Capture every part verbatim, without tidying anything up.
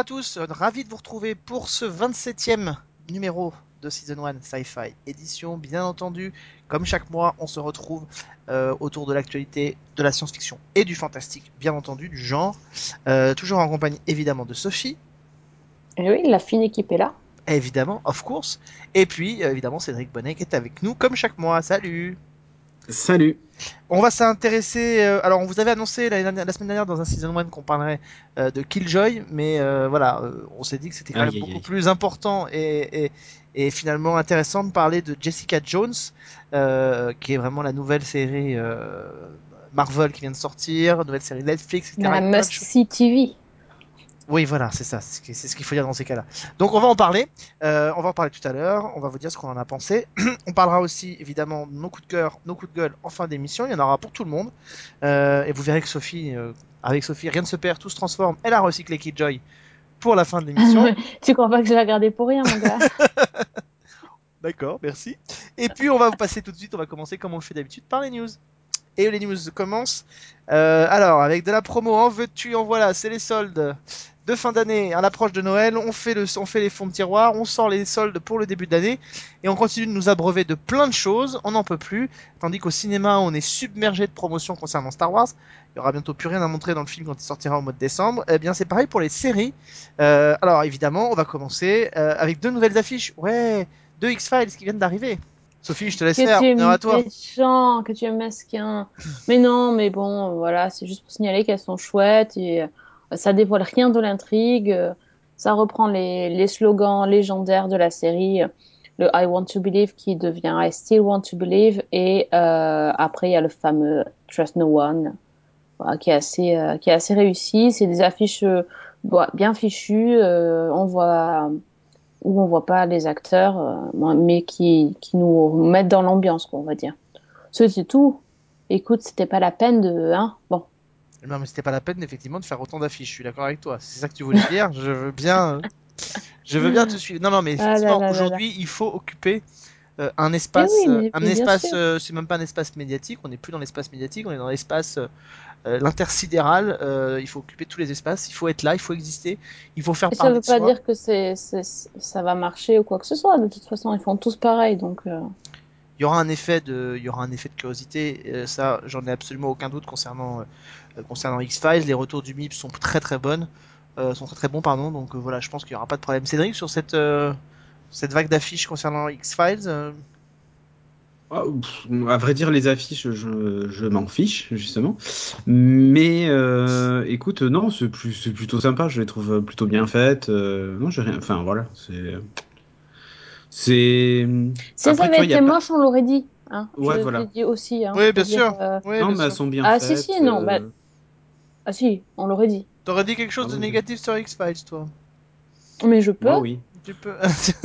à tous, euh, ravi de vous retrouver pour ce vingt-septième numéro de Season un Sci-Fi édition. Bien entendu, comme chaque mois, on se retrouve euh, autour de l'actualité de la science-fiction et du fantastique, bien entendu, du genre. Euh, toujours en compagnie évidemment de Sophie. Et oui, la fine équipe est là. Évidemment, of course. Et puis, euh, évidemment, Cédric Bonnet qui est avec nous comme chaque mois. Salut! Salut. On va s'intéresser. Euh, alors, on vous avait annoncé la, la semaine dernière dans un season un qu'on parlerait euh, de Killjoy, mais euh, voilà, euh, on s'est dit que c'était quand même Aïe, aïe, beaucoup aïe. plus important et, et, et finalement intéressant de parler de Jessica Jones, euh, qui est vraiment la nouvelle série euh, Marvel qui vient de sortir, nouvelle série Netflix, et cetera. La Avec plein de choses. must-see T V. Oui, voilà, c'est ça, c'est ce qui- c'est ce qu'il faut dire dans ces cas-là. Donc on va en parler, euh, on va en parler tout à l'heure, on va vous dire ce qu'on en a pensé. On parlera aussi évidemment de nos coups de cœur, nos coups de gueule en fin d'émission, il y en aura pour tout le monde. Euh, et vous verrez que Sophie, euh, avec Sophie, rien ne se perd, tout se transforme. Elle a recyclé Killjoy pour la fin de l'émission. Tu crois pas que je l'ai regardé pour rien, mon gars? D'accord, merci. Et puis on va vous passer tout de suite, on va commencer comme on le fait d'habitude par les news. Et les news commencent. Euh, alors, avec de la promo, en veux-tu, en voilà, c'est les soldes de fin d'année à l'approche de Noël. On fait, le, on fait les fonds de tiroir, on sort les soldes pour le début d'année et on continue de nous abreuver de plein de choses. On n'en peut plus. Tandis qu'au cinéma, on est submergé de promotions concernant Star Wars. Il y aura bientôt plus rien à montrer dans le film quand il sortira au mois de décembre. Eh bien, c'est pareil pour les séries. Euh, alors, évidemment, on va commencer euh, avec deux nouvelles affiches. Ouais, deux X-Files qui viennent d'arriver. Sophie, je te laisse Que faire. tu es Honneur à toi. méchant, que tu es mesquin. Mais non, mais bon, voilà, c'est juste pour signaler qu'elles sont chouettes et euh, ça dévoile rien de l'intrigue. euh, Ça reprend les, les slogans légendaires de la série. euh, Le I want to believe qui devient I still want to believe. Et euh, après, il y a le fameux Trust no one, voilà, qui est assez, euh, qui est assez réussi. C'est des affiches euh, bon, bien fichues. euh, on voit où on voit pas les acteurs, euh, mais qui, qui nous mettent dans l'ambiance, quoi, on va dire. Ça, c'est tout. Écoute, c'était pas la peine de, hein. Bon. Non, mais c'était pas la peine, effectivement, de faire autant d'affiches. Je suis d'accord avec toi. C'est ça que tu voulais dire. Je veux bien, euh, je veux bien te suivre. Non, non, mais Ah là effectivement, là là là. aujourd'hui, il faut occuper euh, un Mais espace, oui, euh, mais, un mais bien espace. sûr. Euh, c'est même pas un espace médiatique. On n'est plus dans l'espace médiatique. On est dans l'espace, euh, euh, l'intersidéral. Euh, il faut occuper tous les espaces. Il faut être là. Il faut exister. Il faut faire Et ça parler veut de pas soi. dire que c'est, c'est, ça va marcher ou quoi que ce soit. De toute façon, ils font tous pareil, donc. euh, Il y aura un effet de, il y aura un effet de curiosité. Euh, ça, j'en ai absolument aucun doute concernant, euh, concernant X-Files. Les retours du M I P sont très très bonnes, euh, sont très très bons, pardon. Donc euh, voilà, je pense qu'il y aura pas de problème. Cédric, sur cette, euh, cette vague d'affiches concernant X-Files, euh, Ah, pff, à vrai dire, les affiches, je, je m'en fiche, justement. Mais euh, écoute, non, c'est plus, c'est plutôt sympa. Je les trouve plutôt bien faites. Euh, non, j'ai rien. Enfin, voilà. C'est. C'est. Si elles Après, tu avaient vois, il y a été pas. moches, on l'aurait dit. Hein. Je Ouais, te voilà. dis aussi, hein. oui, Je bien veux dire. sûr. euh, Oui, Non, bien mais elles sûr. sont bien Ah, si, faites. si, non. Bah... euh, Ah, si, on l'aurait dit. T'aurais dit quelque chose Ah de oui, oui. négatif sur X-Files, toi? Mais je peux. Moi, oui. Tu peux.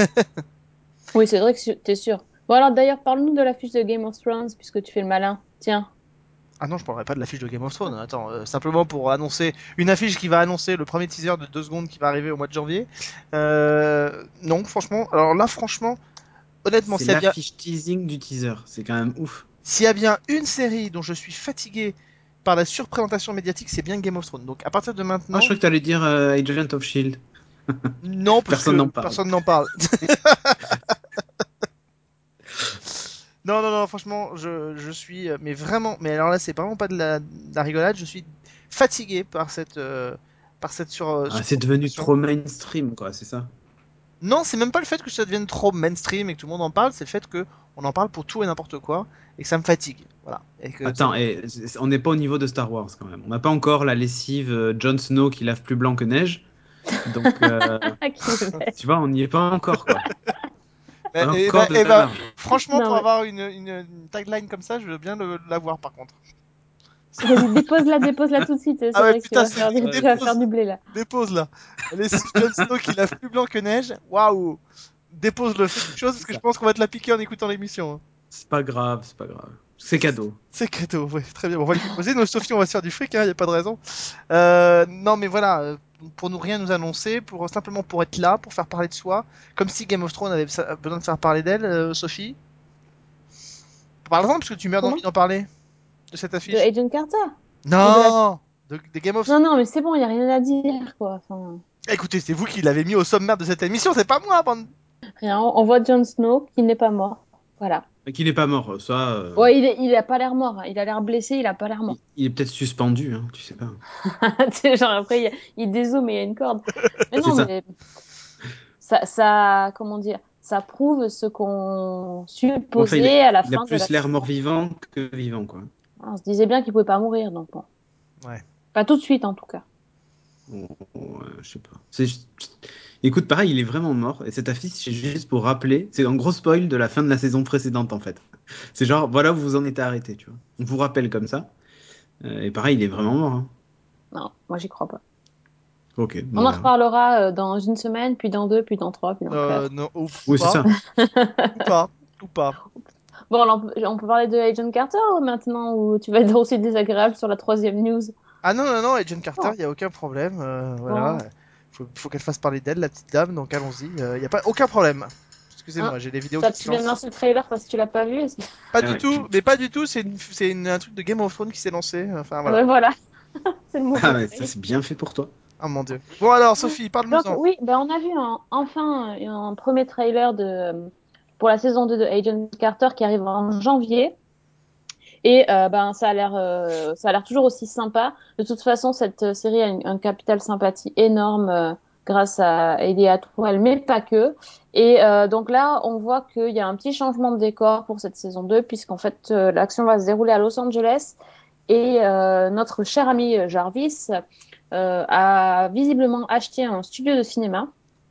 Oui, c'est vrai que tu- t'es sûr. Bon, alors d'ailleurs, parle-nous de la fiche de Game of Thrones, puisque tu fais le malin. Tiens. Ah non, je parlerai pas de l'affiche de Game of Thrones. Attends, euh, simplement pour annoncer une affiche qui va annoncer le premier teaser de deux secondes qui va arriver au mois de janvier. Euh, non, franchement. Alors là, franchement, honnêtement, C'est s'il y a bien, l'affiche teasing du teaser. C'est quand même ouf. s'il y a bien une série dont je suis fatigué par la surprésentation médiatique, c'est bien Game of Thrones. Donc à partir de Ah, je maintenant, crois que t'allais dire euh, Agent of Shield. non, parce Personne que n'en parle. personne n'en parle. Non, non, non, franchement, je, je suis, euh, mais vraiment, mais alors là, c'est vraiment pas de la, de la rigolade. Je suis fatigué par cette, euh, par cette sur, euh, Ah, c'est devenu surprésentation. trop mainstream, quoi, c'est ça. Non, c'est même pas le fait que ça devienne trop mainstream et que tout le monde en parle, c'est le fait que on en parle pour tout et n'importe quoi et que ça me fatigue. Voilà. Et que ça Attends, me- et c- on n'est pas au niveau de Star Wars quand même. On n'a pas encore la lessive euh, Jon Snow qui lave plus blanc que neige. Donc, euh, Qui le met. tu vois, on n'y est pas encore, quoi. Mais, et Encore bah, de et la bah, marge. franchement, Non, pour mais avoir une, une, une tagline comme ça, je veux bien le- l'avoir par contre. vas-y, dépose-la, dépose-la tout de suite. Ah C'est ouais, vrai que tu putain, vas faire Cédric, du, tu Ouais, vas c'est- faire dépose, du blé là. dépose là. Les six Jon Snow qui lave plus blanc que neige. Waouh! Dépose-le, fais quelque chose parce c'est que je ça. pense qu'on va te la piquer en écoutant l'émission, hein. C'est pas grave, c'est pas grave. C'est cadeau. C'est cadeau, ouais, très bien. Bon, on va le déposer. Nous, Sophie, on va se faire du fric, il hein, y a pas de raison. Euh, non, mais voilà, euh, pour nous rien nous annoncer, pour simplement pour être là, pour faire parler de soi, comme si Game of Thrones avait sa- besoin de faire parler d'elle, euh, Sophie. Parle-en, parce que tu meurs d'envie Comment? d'en parler, de cette De affiche. Agent Carter? Ou de la... Non! De, de Game of Non, non, mais c'est bon, il n'y a rien à dire, quoi. Enfin... Écoutez, c'est vous qui l'avez mis au sommaire de cette émission, c'est pas moi, bande. Rien, on voit Jon Snow qui n'est pas mort. Voilà. Qui n'est pas mort, ça. euh, Ouais, il est, il a pas l'air mort, hein. Il a l'air blessé, il a pas l'air mort. Il, il est peut-être suspendu, hein, tu sais pas. Tu sais, genre après, il, il dézoome et il y a une corde. Mais C'est non, ça. mais ça, ça, comment dire, ça prouve ce qu'on Bon, enfin, il a, supposait à la il a fin de la plus l'air saison. mort-vivant que vivant, quoi. On se disait bien qu'il pouvait pas mourir, donc bon. Ouais. Pas tout de suite, en tout cas. Bon, ouais, je sais pas. C'est juste- Écoute, pareil, il est vraiment mort. Et cette affiche, c'est juste pour rappeler. C'est un gros spoil de la fin de la saison précédente, en fait. C'est genre, voilà où vous en êtes arrêté, tu vois. On vous rappelle comme ça. Euh, et pareil, il est vraiment mort, hein. Non, moi, j'y crois pas. Ok, On bon, on en verra. reparlera euh, dans une semaine, puis dans deux, puis dans trois, puis dans Euh, quatre. non, ou, ou Oui, c'est pas, ça. ou pas, ou pas. Bon, alors, on peut on peut parler de Agent Carter maintenant, ou tu vas être aussi désagréable sur la troisième news. Ah non, non, non, Agent Carter, Bon, il y a aucun problème. euh, voilà. bon, Faut, faut qu'elle fasse parler d'elle, la petite dame, donc allons-y. Il y a pas aucun problème. hein. Excusez-moi, j'ai les vidéos Ça, qui se tu viens de lancent. lancer le trailer parce que tu l'as pas vu. est-ce que- Pas Ah du ouais. tout, mais pas du tout, c'est une, c'est une- un truc de Game of Thrones qui s'est lancé. Enfin Ah voilà. ben voilà, c'est le Ah mauvais ouais, ça œil. c'est bien fait pour toi. Oh mon dieu. Bon alors, Sophie, Donc parle-nous-en. oui, ben on a vu un- enfin un, un premier trailer de, pour la saison deux de Agent Carter qui arrive en janvier. Et euh, ben ça a l'air euh, ça a l'air toujours aussi sympa. De toute façon, cette euh, série a une- un capital sympathie énorme euh, grâce à Eddie Atwell, mais pas que. Et euh, donc là, on voit qu'il y a un petit changement de décor pour cette saison deux, puisqu'en fait euh, l'action va se dérouler à Los Angeles. Et euh, notre cher ami euh, Jarvis euh, a visiblement acheté un studio de cinéma.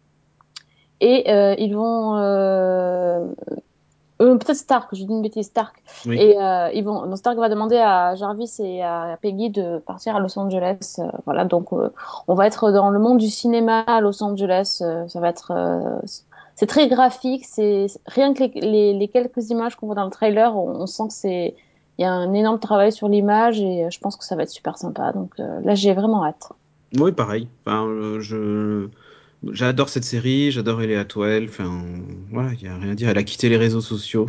Et euh, ils vont euh, euh, peut-être Stark, je dis une bêtise, Stark. Oui. Et euh, ils vont, donc Stark va demander à Jarvis et à Peggy de partir à Los Angeles. Euh, voilà, donc euh, on va être dans le monde du cinéma à Los Angeles. Euh, ça va être, euh, c'est très graphique. C'est rien que les, les, les quelques images qu'on voit dans le trailer, on, on sent que c'est, il y a un énorme travail sur l'image et euh, je pense que ça va être super sympa. Donc euh, là, j'ai vraiment hâte. Oui, pareil. Enfin, euh, je j'adore cette série, j'adore Ellie Atwell. Enfin, voilà, il y a rien à dire. Elle a quitté les réseaux sociaux.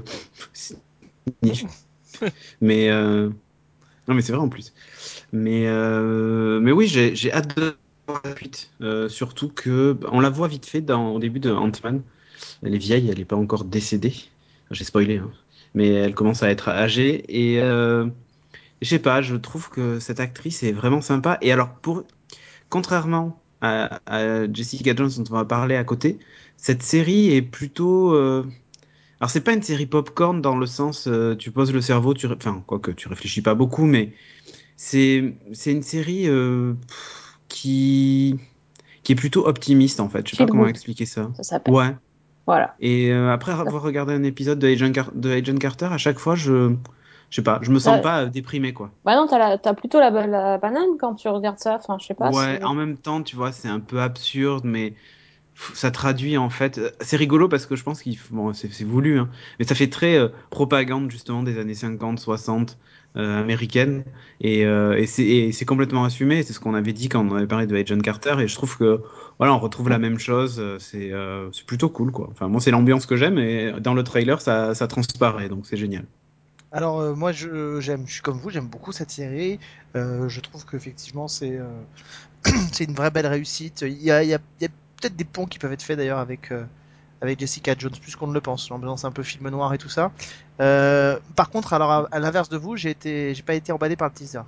Mais euh, non, mais c'est vrai en plus. Mais euh, mais oui, j'ai j'ai hâte de voir la suite. Euh, surtout que bah, on la voit vite fait dans au début de Ant-Man. Elle est vieille, elle n'est pas encore décédée. J'ai spoilé, hein. Mais elle commence à être âgée et euh, je sais pas, je trouve que cette actrice est vraiment sympa. Et alors pour contrairement à, à Jessica Jones dont on va parler à côté, cette série est plutôt euh, alors c'est pas une série popcorn dans le sens euh, tu poses le cerveau, tu ré- enfin quoique tu réfléchis pas beaucoup, mais c'est c'est une série euh, pff, qui qui est plutôt optimiste en fait. Je sais pas Feel comment Good, expliquer ça. ça s'appelle. Ouais. Voilà. Et euh, après avoir regardé un épisode de Agent, Car- de Agent Carter, à chaque fois je je sais pas, je me sens Là, pas euh, déprimé quoi. bah non, t'as la- t'as plutôt la, la banane quand tu regardes ça. Enfin, je sais pas. Ouais, C'est en même temps, tu vois, c'est un peu absurde, mais pff, ça traduit en fait. euh, C'est rigolo parce que je pense qu'il f- bon, c'est c'est voulu, hein, mais ça fait très euh, propagande justement des années cinquante, soixante euh, américaines et, euh, et c'est et c'est complètement assumé. C'est ce qu'on avait dit quand on avait parlé de Agent Carter et je trouve que voilà, on retrouve la même chose. euh, C'est euh, c'est plutôt cool quoi. Enfin, moi, c'est l'ambiance que j'aime et dans le trailer, ça, ça transparaît, donc c'est génial. Alors euh, moi je j'aime, je suis comme vous, j'aime beaucoup cette série. Euh, je trouve qu'effectivement c'est euh, c'est une vraie belle réussite. Il y a, il y a, il y a peut-être des ponts qui peuvent être faits d'ailleurs avec euh, avec Jessica Jones plus qu'on ne le pense. L'ambiance un peu film noir et tout ça. Euh, par contre, alors à, à l'inverse de vous, j'ai été j'ai pas été emballé par le teaser.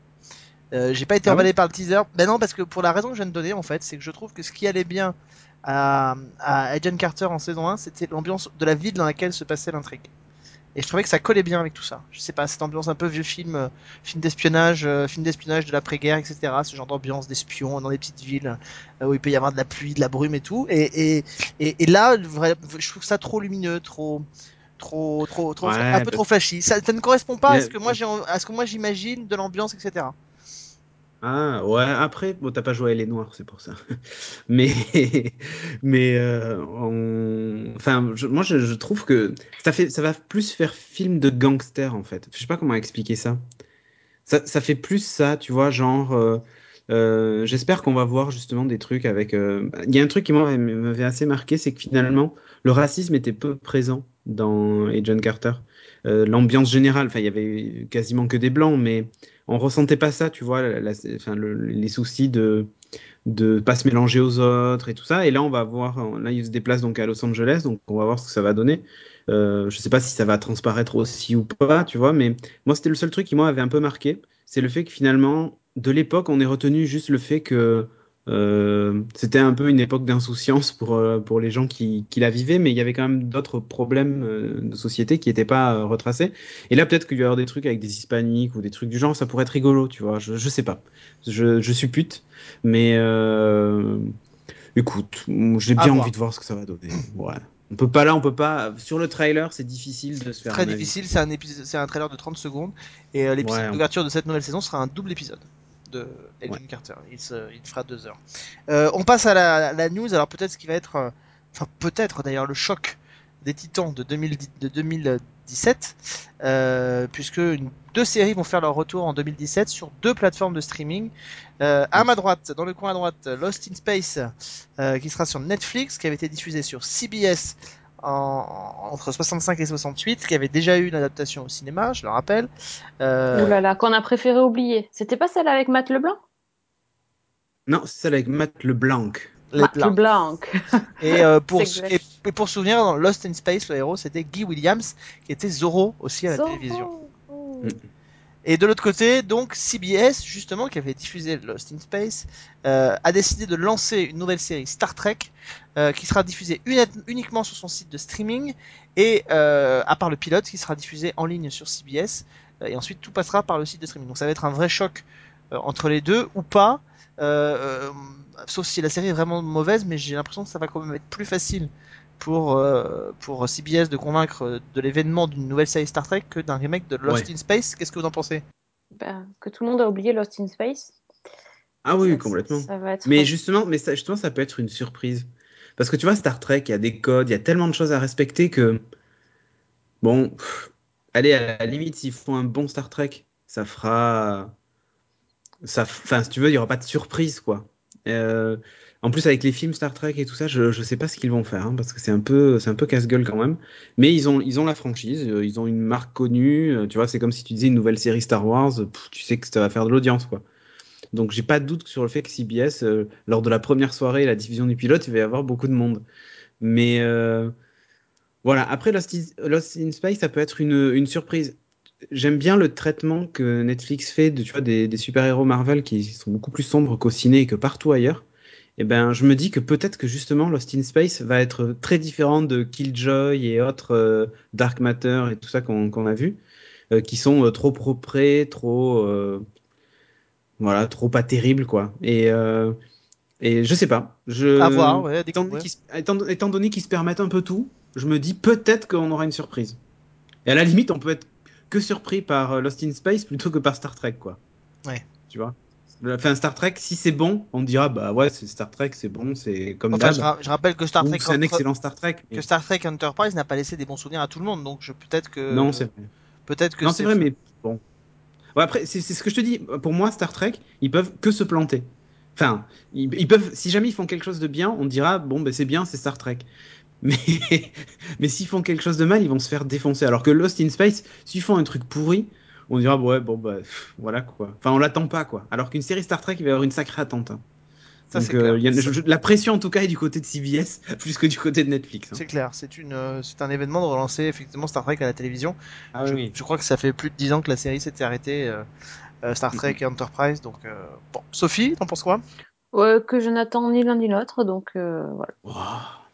Euh, j'ai pas été Ah ouais? emballé par le teaser. Ben non, parce que pour la raison que je viens de donner, en fait, c'est que je trouve que ce qui allait bien à, à Agent Carter en saison un, c'était l'ambiance de la ville dans laquelle se passait l'intrigue. Et je trouvais que ça collait bien avec tout ça. Je sais pas, cette ambiance un peu vieux film, euh, film d'espionnage, euh, film d'espionnage de l'après-guerre, et cetera. Ce genre d'ambiance d'espion dans des petites villes euh, où il peut y avoir de la pluie, de la brume et tout. Et, et, et, et là, vrai- je trouve ça trop lumineux, trop, trop, trop, trop, un Ouais, peu bah, trop flashy. Ça, ça ne correspond pas il à a- ce que moi j'ai, en- à ce que moi j'imagine de l'ambiance, et cetera. Ah ouais, après, bon, t'as pas joué à Elle est noire, c'est pour ça. Mais, mais euh, on- enfin, je- moi je, je trouve que ça fait, ça va plus faire film de gangster en fait. Je sais pas comment expliquer ça. Ça, ça fait plus ça, tu vois, genre. euh, euh, j'espère qu'on va voir justement des trucs avec. euh, Il y a un truc qui moi m'avait assez marqué, c'est que finalement le racisme était peu présent dans Agent Carter. Euh, l'ambiance générale, enfin, il y avait quasiment que des blancs, mais on ressentait pas ça, tu vois, la- la- enfin, le- les soucis de de pas se mélanger aux autres et tout ça. Et là, on va voir, là, il se déplace donc à Los Angeles, donc on va voir ce que ça va donner. Euh, je sais pas si ça va transparaître aussi ou pas, tu vois, mais moi, c'était le seul truc qui moi avait un peu marqué, c'est le fait que finalement, de l'époque, on ait retenu juste le fait que euh, c'était un peu une époque d'insouciance pour, euh, pour les gens qui, qui la vivaient, mais il y avait quand même d'autres problèmes euh, de société qui n'étaient pas euh, retracés. Et là, peut-être qu'il va y avoir des trucs avec des hispaniques ou des trucs du genre, ça pourrait être rigolo, tu vois, je, je sais pas. Je, je suppute, mais euh, écoute, j'ai À bien voir. envie de voir ce que ça va donner. Ouais. On peut pas là, on peut pas. Sur le trailer, c'est difficile de se faire Très un avis. difficile, c'est un épisode, c'est un trailer de trente secondes et euh, l'épisode Ouais, on- d'ouverture de cette nouvelle saison sera un double épisode de ouais. Agent Carter. Il, se- il fera deux heures. Euh, on passe à la, la news. Alors peut-être ce qui va être, euh, enfin peut-être d'ailleurs le choc des Titans de, deux mille dix de deux mille dix-sept, euh, puisque une- deux séries vont faire leur retour en deux mille dix-sept sur deux plateformes de streaming. Euh, à ma droite, dans le coin à droite, Lost in Space, euh, qui sera sur Netflix, qui avait été diffusé sur C B S en, entre soixante-cinq et soixante-huit, qui avait déjà eu une adaptation au cinéma, je le rappelle. Ouh Euh, là là, qu'on a préféré oublier. C'était pas celle avec Matt LeBlanc? Non, c'est celle avec Matt LeBlanc. les Matt plans. LeBlanc. Et, euh, pour, C'est et, exact. et pour souvenir, dans Lost in Space, le héros, c'était Guy Williams, qui était Zorro aussi à la télévision. Zorro. Mm. Et de l'autre côté, donc C B S, justement, qui avait diffusé Lost in Space, euh, a décidé de lancer une nouvelle série Star Trek, euh, qui sera diffusée uni- uniquement sur son site de streaming, et euh, à part le pilote, qui sera diffusé en ligne sur C B S, euh, et ensuite tout passera par le site de streaming. Donc ça va être un vrai choc euh, entre les deux, ou pas, euh, euh, sauf si la série est vraiment mauvaise, mais j'ai l'impression que ça va quand même être plus facile pour, euh, pour C B S de convaincre de l'événement d'une nouvelle série Star Trek que d'un remake de Lost Ouais. in Space. Qu'est-ce que vous en pensez? Ben, que tout le monde a oublié Lost in Space. Ah oui, Ça, complètement. ça va être. Mais justement, mais ça, justement, ça peut être une surprise. Parce que tu vois, Star Trek, il y a des codes, il y a tellement de choses à respecter que, bon, pff, allez, à la limite, s'ils font un bon Star Trek, ça fera. Ça, enfin, si tu veux, il n'y aura pas de surprise, quoi. Euh, en plus, avec les films Star Trek et tout ça, je, je sais pas ce qu'ils vont faire, hein, parce que c'est un peu, c'est un peu casse-gueule quand même. Mais ils ont, ils ont la franchise, euh, ils ont une marque connue. Euh, tu vois, c'est comme si tu disais une nouvelle série Star Wars, euh, pff, tu sais que ça va faire de l'audience, quoi. Donc, j'ai pas de doute sur le fait que C B S, euh, lors de la première soirée, la diffusion du pilote, il va y avoir beaucoup de monde. Mais euh, voilà, après Lost, is- Lost in Space, ça peut être une, une surprise. J'aime bien le traitement que Netflix fait de, tu vois, des, des super-héros Marvel qui sont beaucoup plus sombres qu'au ciné et que partout ailleurs. Et ben, je me dis que peut-être que justement Lost in Space va être très différent de Killjoy et autres euh, Dark Matter et tout ça qu'on qu'on a vu, euh, qui sont euh, trop propres, trop, euh, voilà, trop pas terribles, quoi. Et, euh, et je sais pas. À voir, Je, ouais, à étant donné découvrir. qu'ils se étant- étant donné qu'ils se permettent un peu tout, je me dis peut-être qu'on aura une surprise. Et à la limite, on peut être que surpris par euh, Lost in Space plutôt que par Star Trek, quoi. Ouais. Tu vois? Enfin, Star Trek, si c'est bon, on dira, bah ouais, c'est Star Trek, c'est bon, c'est comme Enfin, je, d'hab. ra- je rappelle que Star Ou Trek c'est un entre excellent Star Trek. que Mais... Star Trek Enterprise n'a pas laissé des bons souvenirs à tout le monde, donc je peut-être Non, que c'est vrai. peut-être que Non, c'est c'est vrai, mais bon. Ouais, après, c'est c'est ce que je te dis. Pour moi, Star Trek, ils peuvent que se planter. Enfin, ils, ils peuvent, si jamais ils font quelque chose de bien, on dira, bon, ben c'est bien, c'est Star Trek. Mais, mais s'ils font quelque chose de mal, ils vont se faire défoncer. Alors que Lost in Space, s'ils font un truc pourri, on dira, ouais, bon, bah, pff, voilà quoi. Enfin, on l'attend pas quoi. Alors qu'une série Star Trek, il va y avoir une sacrée attente, hein. ça Donc, c'est euh, clair. il y a- Ça- je- je- la pression en tout cas est du côté de C B S plus que du côté de Netflix, hein. C'est clair, c'est une euh, c'est un événement de relancer effectivement Star Trek à la télévision. Ah Je, oui, je crois que ça fait plus de dix ans que la série s'était arrêtée, euh, euh, Star oui. Trek Mm, et Enterprise, donc euh, bon. Sophie, t'en penses quoi? Ouais, que je n'attends ni l'un ni l'autre, donc euh, voilà. mm. Ouah.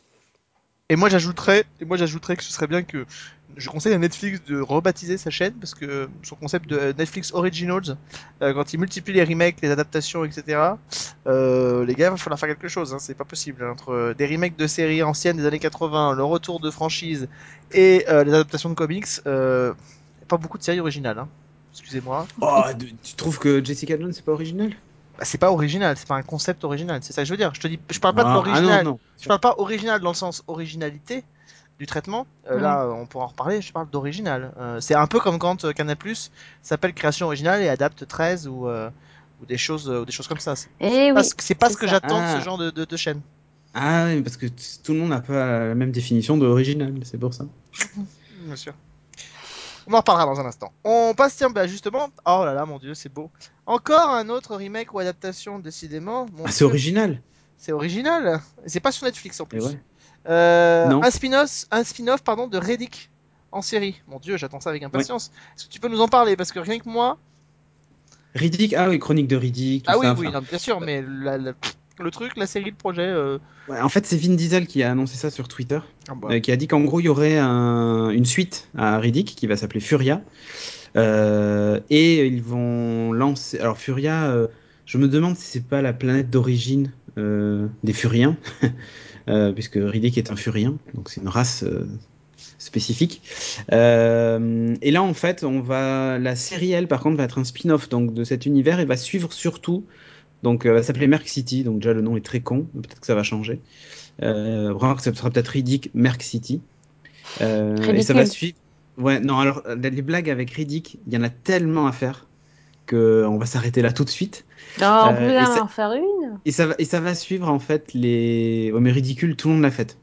Et moi j'ajouterais, et moi j'ajouterais que ce serait bien que je conseille à Netflix de rebaptiser sa chaîne parce que son concept de Netflix Originals, euh, quand il multiplie les remakes, les adaptations, et cetera. Euh, les gars, il va falloir faire quelque chose. Hein, c'est pas possible. Entre des remakes de séries anciennes des années quatre-vingts, le retour de franchise et euh, les adaptations de comics, euh, y a pas beaucoup de séries originales. Hein. Excusez-moi. Oh, de- tu trouves que Jessica Jones c'est pas original? Bah, c'est pas original, c'est pas un concept original. C'est ça que je veux dire. Je te dis, je parle pas de Ah, ah non, l'original. non. Je parle pas original dans le sens originalité du traitement. Euh, Ouais. là, on pourra en reparler. Je parle d'original. Euh, c'est un peu comme quand euh, Canal+ s'appelle Création originale et adapte treize ou, euh, ou des choses, euh, ou des choses comme ça. C'est c'est Eh pas oui, ce, c'est pas c'est ce que ça. j'attends de ce Ah, genre de, de, de chaîne. Ah oui, parce que t- tout le monde n'a pas la même définition de original, c'est pour ça. Bien sûr. On en reparlera dans un instant. On passe, tiens, bah justement. Oh là là, mon dieu, c'est beau. Encore un autre remake ou adaptation, décidément. Mon Ah, c'est dieu, original. c'est original. Et c'est pas sur Netflix en Et plus. ouais. Euh, Non. un spin-off, un spin-off, pardon, de Reddick en série. Mon dieu, j'attends ça avec Ouais. impatience. Est-ce que tu peux nous en parler? Parce que rien que moi. Riddick, ah oui, Chronique de Riddick, tout Ah oui, ça. oui, Enfin, non, bien sûr, euh, mais la- la- le truc, la série, le projet. euh, ouais, en fait, c'est Vin Diesel qui a annoncé ça sur Twitter, Ah bah. euh, qui a dit qu'en gros, il y aurait un- une suite à Riddick qui va s'appeler Furia. Euh, et ils vont lancer. Alors, Furia, euh, je me demande si c'est pas la planète d'origine euh, des Furiens, euh, puisque Riddick est un Furien, donc c'est une race euh, spécifique. Euh, et là, en fait, on va la série, elle, par contre, va être un spin-off donc de cet univers et va suivre surtout. Donc, euh, elle va s'appeler Merc City. Donc, déjà, le nom est très con. Peut-être que ça va changer. Euh, vraiment que ça sera peut-être Riddick Merc City. Euh, et ça va Ridicule. suivre. Ouais, non, alors, les blagues avec Riddick, il y en a tellement à faire que on va s'arrêter là tout de suite. Non, on Euh, pouvait et, ça, en faire une. et, ça va, et ça va suivre, en fait, les. Ouais, mais ridicule, tout le monde l'a fait.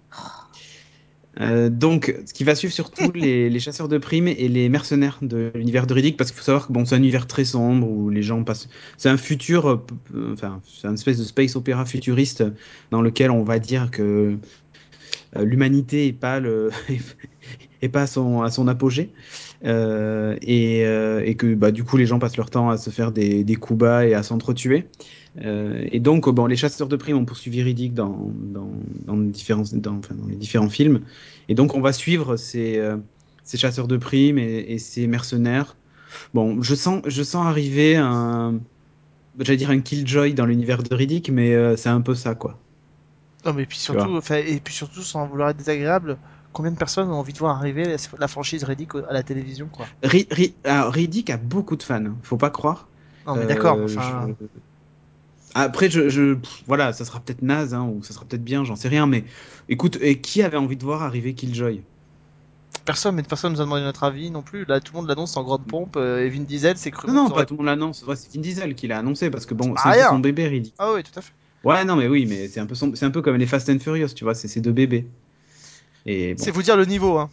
Euh, donc, ce qui va suivre surtout les, les chasseurs de primes et les mercenaires de l'univers de Riddick, parce qu'il faut savoir que bon, c'est un univers très sombre où les gens passent. C'est un futur, euh, p- p- enfin, c'est une espèce de space opéra futuriste dans lequel on va dire que euh, l'humanité est pas le est pas à son à son apogée. Euh, et, euh, et que bah, du coup les gens passent leur temps à se faire des, des coups bas et à s'entretuer. Euh, et donc bon, les chasseurs de primes ont poursuivi Riddick dans, dans, dans, différents, dans, enfin, dans les différents films. Et donc on va suivre ces, euh, ces chasseurs de primes et, et ces mercenaires. Bon, je sens, je sens arriver un, j'allais dire un Killjoy dans l'univers de Riddick, mais euh, c'est un peu ça, quoi. Non, mais puis Tu vois. surtout, enfin, et puis surtout, sans vouloir être désagréable, combien de personnes ont envie de voir arriver la, la franchise Reddick au- à la télévision, quoi? Ri- Ri- alors, Riddick a beaucoup de fans, faut pas croire. Non, mais d'accord, mais Euh, je... enfin. Après, je, je- pff, voilà, ça sera peut-être naze, hein, ou ça sera peut-être bien, j'en sais rien, mais écoute, et qui avait envie de voir arriver Killjoy? Personne, mais personne nous a demandé notre avis non plus. Là, tout le monde l'annonce en grande pompe. euh, et Vin Diesel s'est cru Non, bon que non, ça aurait. pas tout le monde l'annonce. Ouais, c'est Vin Diesel qui l'a annoncé parce que bon, Bah, c'est un peu son rien! bébé, Riddick. Ah oui, tout à fait. Ouais, non, mais oui, mais c'est un peu son- c'est un peu comme les Fast and Furious, tu vois, c'est ses deux bébés. Et C'est bon. vous dire le niveau, hein.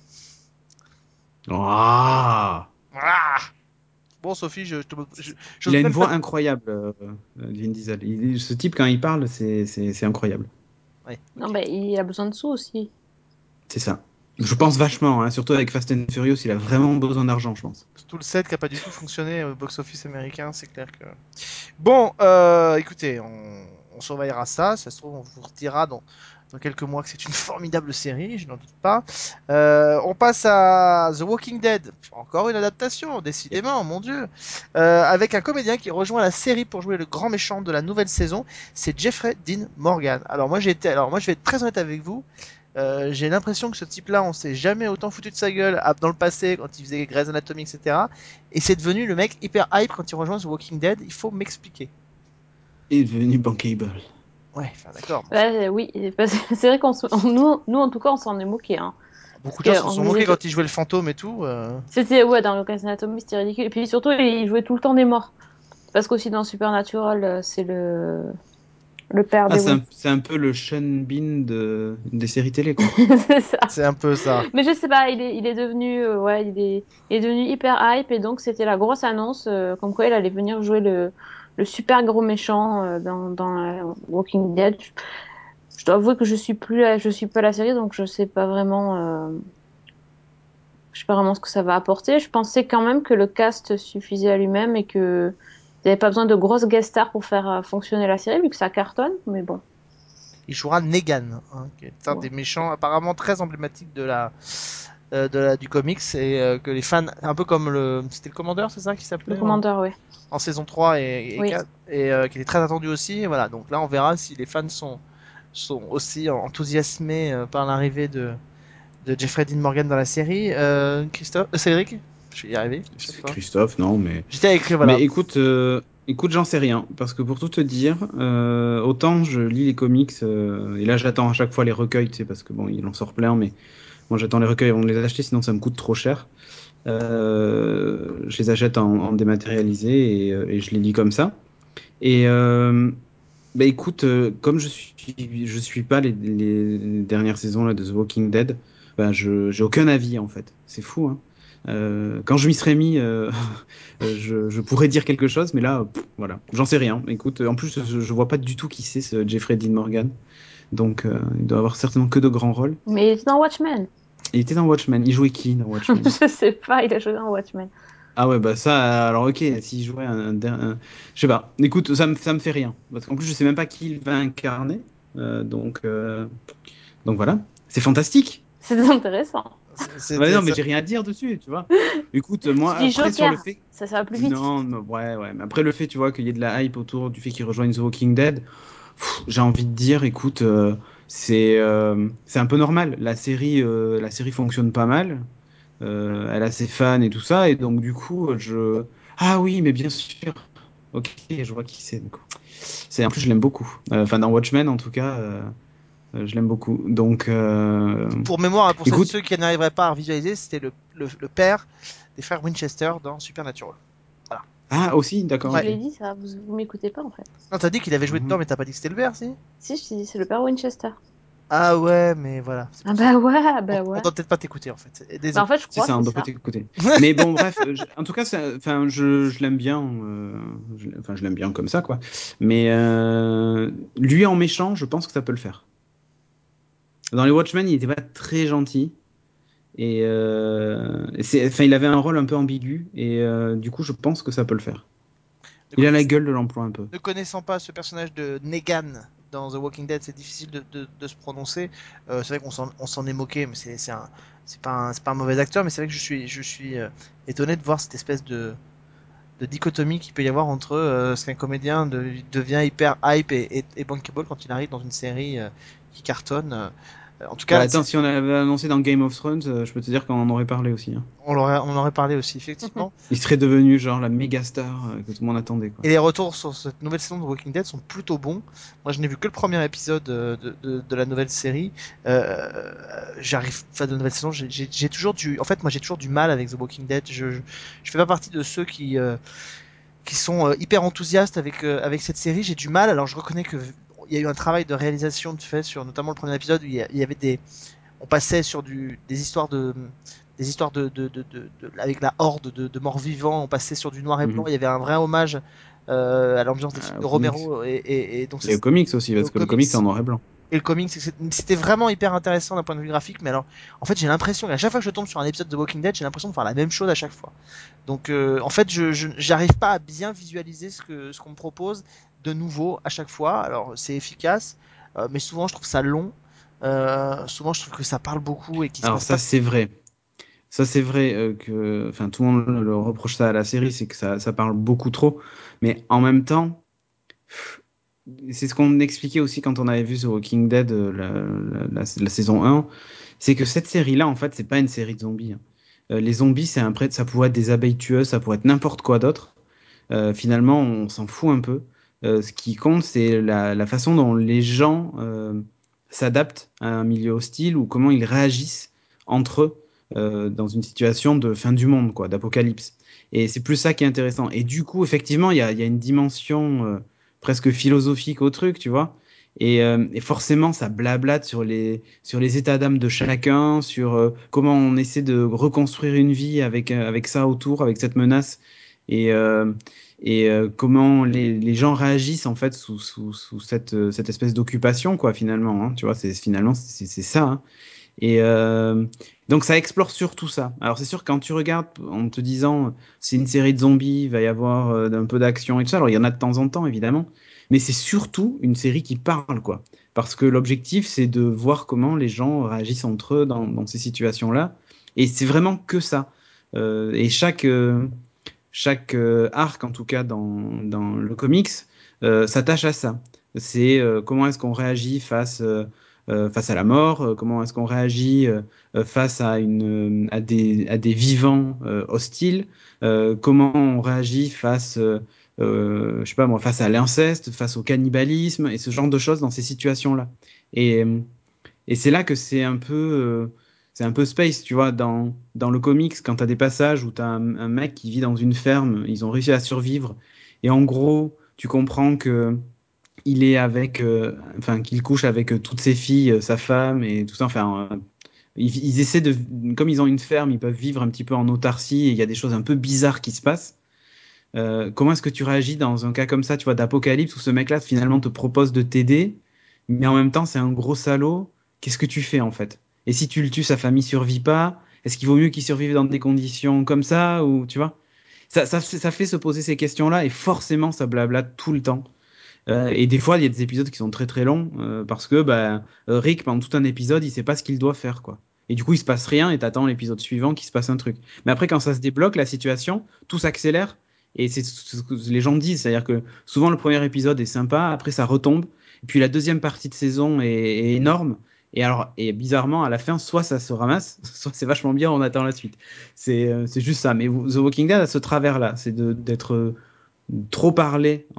Ah. Ah. Bon, Sophie, je, je, te- je- Il j'ose a une même pas. voix incroyable, euh, euh, Vin Diesel. Il- ce type, quand il parle, c'est c'est- c'est incroyable. Ouais, Non, ok. ben, il a besoin de sous aussi. C'est ça. Je pense vachement, hein, surtout avec Fast and Furious, il a vraiment besoin d'argent, je pense. Tout le set qui a pas du tout fonctionné au box-office américain, c'est clair que. Bon, euh, écoutez, on, on surveillera ça. Ça se trouve, on vous redira dans, dans quelques mois que c'est une formidable série, je n'en doute pas. Euh, on passe à The Walking Dead. Encore une adaptation, Yep. décidément, mon Dieu. Euh, avec un comédien qui rejoint la série pour jouer le grand méchant de la nouvelle saison, c'est Jeffrey Dean Morgan. Alors moi, j'ai été, alors moi, je vais être très honnête avec vous. Euh, j'ai l'impression que ce type-là, on s'est jamais autant foutu de sa gueule ah, dans le passé quand il faisait Grey's Anatomy, et cetera. Et c'est devenu le mec hyper hype quand il rejoint The Walking Dead. Il faut m'expliquer. Il est devenu bankable. Ouais, enfin d'accord. Mais enfin, Ouais, euh, oui, et parce que c'est vrai qu'on se- on- nous, nous, en tout cas, on s'en est moqué, hein. Parce beaucoup de gens se qu'on sont nous moqués est- quand il jouait le fantôme et tout. euh. c'était, ouais, dans Grey's Anatomy, c'était ridicule. Et puis surtout, il jouait tout le temps des morts. Parce qu'aussi dans Supernatural, euh, c'est le, le père Ah, c'est d'Ewen. un, c'est un peu le Sean Bean de, des séries télé, quoi. C'est ça. C'est un peu ça. Mais je sais pas, il est, il est devenu, euh, ouais, il est, il est devenu hyper hype et donc c'était la grosse annonce, euh, comme quoi il allait venir jouer le, le super gros méchant euh, dans, dans euh, Walking Dead. Je, je dois avouer que je suis plus, à- je suis pas à la série, donc je sais pas vraiment, euh, je sais pas vraiment ce que ça va apporter. Je pensais quand même que le cast suffisait à lui-même et que il n'y avait pas besoin de grosses guest stars pour faire euh, fonctionner la série vu que ça cartonne. Mais bon, Il jouera Negan, hein, qui est un ouais. des méchants apparemment très emblématiques de la, euh, de la du comics et euh, que les fans, un peu comme le, c'était le commandeur, c'est ça qui Le s'appelait en, commandeur, ouais. en saison trois et, et, Oui. quatre, et euh, qui était très attendu aussi. Et voilà, donc là on verra si les fans sont, sont aussi enthousiasmés euh, par l'arrivée de, de Jeffrey Dean Morgan dans la série. Euh, Christophe, euh, Cédric, je vais y arriver cette C'est fois. Christophe, non, mais. J'étais à écrire, voilà. Mais écoute, euh, écoute, j'en sais rien. Parce que pour tout te dire, euh, autant je lis les comics, euh, et là j'attends à chaque fois les recueils, tu sais, parce que bon, il en sort plein, mais moi j'attends les recueils avant de les acheter, sinon ça me coûte trop cher. Euh, je les achète en, en dématérialisé et, euh, et je les lis comme ça. Et euh, Bah écoute, euh, comme je suis, je suis pas les, les dernières saisons là, de The Walking Dead, bah je, j'ai aucun avis en fait. C'est fou, hein. Euh, quand je m'y serais mis, euh, euh, je, je pourrais dire quelque chose, mais là, pff, voilà, j'en sais rien. Écoute, en plus, je, je vois pas du tout qui c'est ce Jeffrey Dean Morgan, donc euh, il doit avoir certainement que de grands rôles. Mais il était dans Watchmen. Il était dans Watchmen. Il jouait qui dans Watchmen? Je sais pas, il a joué dans Watchmen. Ah ouais, bah ça, alors ok, s'il jouait un, un, un- je sais pas. Écoute, ça me, ça me fait rien. Parce qu'en plus, je sais même pas qui il va incarner. Euh, donc, euh, donc voilà. C'est fantastique. C'est intéressant. C'est- Ah bah C'était non, mais ça. j'ai rien à dire dessus, tu vois. Écoute, Tu moi, dis après, sur le Joker, fait. ça, ça va plus vite. Non, non, ouais, ouais. Mais après, le fait, tu vois, qu'il y ait de la hype autour du fait qu'il rejoigne The Walking Dead, pff, j'ai envie de dire, écoute, euh, c'est euh, c'est un peu normal. La série, euh, la série fonctionne pas mal. Euh, elle a ses fans et tout ça, et donc du coup, je... Ah oui, mais bien sûr. Ok, je vois qui c'est, du coup. C'est, en plus, je l'aime beaucoup. Euh, Enfin, dans Watchmen, en tout cas, euh, euh, je l'aime beaucoup. Donc, euh, Pour mémoire, hein, pour ceux écoute... ceux qui n'arriveraient pas à visualiser, c'était le, le, le père des frères Winchester dans Supernatural. Voilà. Ah, aussi, d'accord, Je Ouais. ok. l'ai dit, ça, vous, vous m'écoutez pas en fait. Non, t'as dit qu'il avait joué dedans, Mhm. mais t'as pas dit que c'était le père, si? Si, je t'ai dit, c'est le père Winchester. Ah ouais, mais voilà, c'est Ah pour ça. bah ouais, ah On, bah on ouais. doit peut-être pas t'écouter, en fait. Bah Désolé. en fait, je C'est crois, ça, on c'est doit pas ça. t'écouter. Mais bon, bref, euh, je- en tout cas, ça- enfin, je, je l'aime bien. euh, je, enfin, je l'aime bien comme ça, quoi. Mais euh, lui, en méchant, je pense que ça peut le faire. Dans les Watchmen, il était pas très gentil. Et euh, c'est, enfin, il avait un rôle un peu ambigu, et euh, du coup, je pense que ça peut le faire. Ne, Il a la connaiss- gueule de l'emploi un peu. ne connaissant pas ce personnage de Negan dans The Walking Dead, c'est difficile de, de- de se prononcer. Euh, c'est vrai qu'on s'en, on s'en est moqué, mais c'est, c'est un, c'est pas un, c'est pas un mauvais acteur, mais c'est vrai que je suis, je suis euh, étonné de voir cette espèce de, de dichotomie qu'il peut y avoir entre euh, ce qu'un comédien de- devient hyper hype et, et, et bankable quand il arrive dans une série euh, qui cartonne. Euh, en tout Bah cas, attends, c'est- si on avait annoncé dans Game of Thrones, euh, je peux te dire qu'on en aurait parlé aussi, hein. on l'aurait, on en aurait parlé aussi, effectivement. Il serait devenu genre la méga star euh, que tout le monde attendait, quoi. Et les retours sur cette nouvelle saison de Walking Dead sont plutôt bons. Moi, je n'ai vu que le premier épisode euh, de, de, de la nouvelle série. Euh, j'arrive, enfin, de la nouvelle saison, j'ai j'ai- j'ai toujours du, en fait, moi, j'ai toujours du mal avec The Walking Dead. Je, je, je fais pas partie de ceux qui, euh, qui sont euh, hyper enthousiastes avec, euh, avec cette série. J'ai du mal. Alors, je reconnais que il y a eu un travail de réalisation de fait sur notamment le premier épisode où il y, a- il y avait des, on passait sur du, des histoires de, des histoires de, de, de, de- de- avec la horde de, de morts vivants. On passait sur du noir et blanc. Mhm. Il y avait un vrai hommage euh, à l'ambiance des films Euh, de aux comics. Romero et, et, et donc ça, Et aux comics aussi, et parce aux que le comics, c'est comics. en noir et blanc. Et le comics, c'est- c'était vraiment hyper intéressant d'un point de vue graphique. Mais alors, en fait, j'ai l'impression, à chaque fois que je tombe sur un épisode de Walking Dead, j'ai l'impression de faire la même chose à chaque fois. Donc, euh, en fait, je, je- j'arrive pas à bien visualiser ce que, ce qu'on me propose de nouveau à chaque fois. Alors, c'est efficace, euh, mais souvent, je trouve ça long. Euh, souvent, je trouve que ça parle beaucoup et qu'il se Alors passe pas. ça, c'est vrai. Ça, c'est vrai euh, que, enfin, tout le monde le reproche ça à la série, c'est que ça, ça parle beaucoup trop. Mais en même temps, c'est ce qu'on expliquait aussi quand on avait vu The Walking Dead, euh, la, la- la- la saison un, c'est que cette série-là, en fait, c'est pas une série de zombies, hein. Euh, les zombies, c'est un prêtre, ça pourrait être des abeilles tueuses, ça pourrait être n'importe quoi d'autre. Euh, finalement, on s'en fout un peu. Euh, ce qui compte, c'est la, la façon dont les gens euh, s'adaptent à un milieu hostile ou comment ils réagissent entre eux euh, dans une situation de fin du monde, quoi, d'apocalypse. Et c'est plus ça qui est intéressant. Et du coup, effectivement, il y a, il y a une dimension euh, presque philosophique au truc, tu vois. Et, euh, et forcément, ça blablate sur les, sur les états d'âme de chacun, sur euh, comment on essaie de reconstruire une vie avec, euh, avec ça autour, avec cette menace. Et, euh, et euh, comment les, les gens réagissent en fait sous, sous, sous cette, euh, cette espèce d'occupation, quoi, finalement, hein. Tu vois, c'est finalement c'est c'est ça, hein. Et euh, donc ça explore sur tout ça. Alors c'est sûr quand tu regardes en te disant c'est une série de zombies, il va y avoir euh, un peu d'action et tout ça. Alors il y en a de temps en temps évidemment, mais c'est surtout une série qui parle, quoi. Parce que l'objectif c'est de voir comment les gens réagissent entre eux dans, dans ces situations-là. Et c'est vraiment que ça. Euh, et chaque euh, chaque euh, arc, en tout cas dans, dans le comics, euh, s'attache à ça. C'est euh, comment est-ce qu'on réagit face, euh, euh, face à la mort, euh, comment est-ce qu'on réagit euh, euh, face à, une, à, des, à des vivants euh, hostiles, euh, comment on réagit face, euh, euh, je sais pas moi, face à l'inceste, face au cannibalisme et ce genre de choses dans ces situations-là. Et, et c'est là que c'est un peu, euh, c'est un peu space, tu vois, dans, dans le comics, quand t'as des passages où t'as un, un mec qui vit dans une ferme, ils ont réussi à survivre, et en gros, tu comprends que il est avec, euh, enfin, qu'il couche avec euh, toutes ses filles, euh, sa femme et tout ça. Enfin, euh, ils, ils essaient de, comme ils ont une ferme, ils peuvent vivre un petit peu en autarcie et il y a des choses un peu bizarres qui se passent. Euh, comment est-ce que tu réagis dans un cas comme ça, tu vois, d'apocalypse où ce mec-là finalement te propose de t'aider, mais en même temps c'est un gros salaud. Qu'est-ce que tu fais en fait? Et si tu le tues, sa famille survit pas? Est-ce qu'il vaut mieux qu'il survive dans des conditions comme ça ou tu vois? Ça, ça, ça fait se poser ces questions-là et forcément ça blablate tout le temps. Euh, et des fois, il y a des épisodes qui sont très très longs euh, parce que bah, euh, Rick, pendant tout un épisode, il sait pas ce qu'il doit faire, quoi. Et du coup, il se passe rien et t'attends l'épisode suivant qu'il se passe un truc. Mais après, quand ça se débloque, la situation, tout s'accélère et c'est ce que les gens disent. C'est-à-dire que souvent, le premier épisode est sympa, après ça retombe. Et puis la deuxième partie de saison est, est énorme. Et alors, et bizarrement, à la fin, soit ça se ramasse, soit c'est vachement bien, on attend la suite. C'est euh, c'est juste ça. Mais The Walking Dead a ce travers-là, c'est de- d'être euh, trop parlé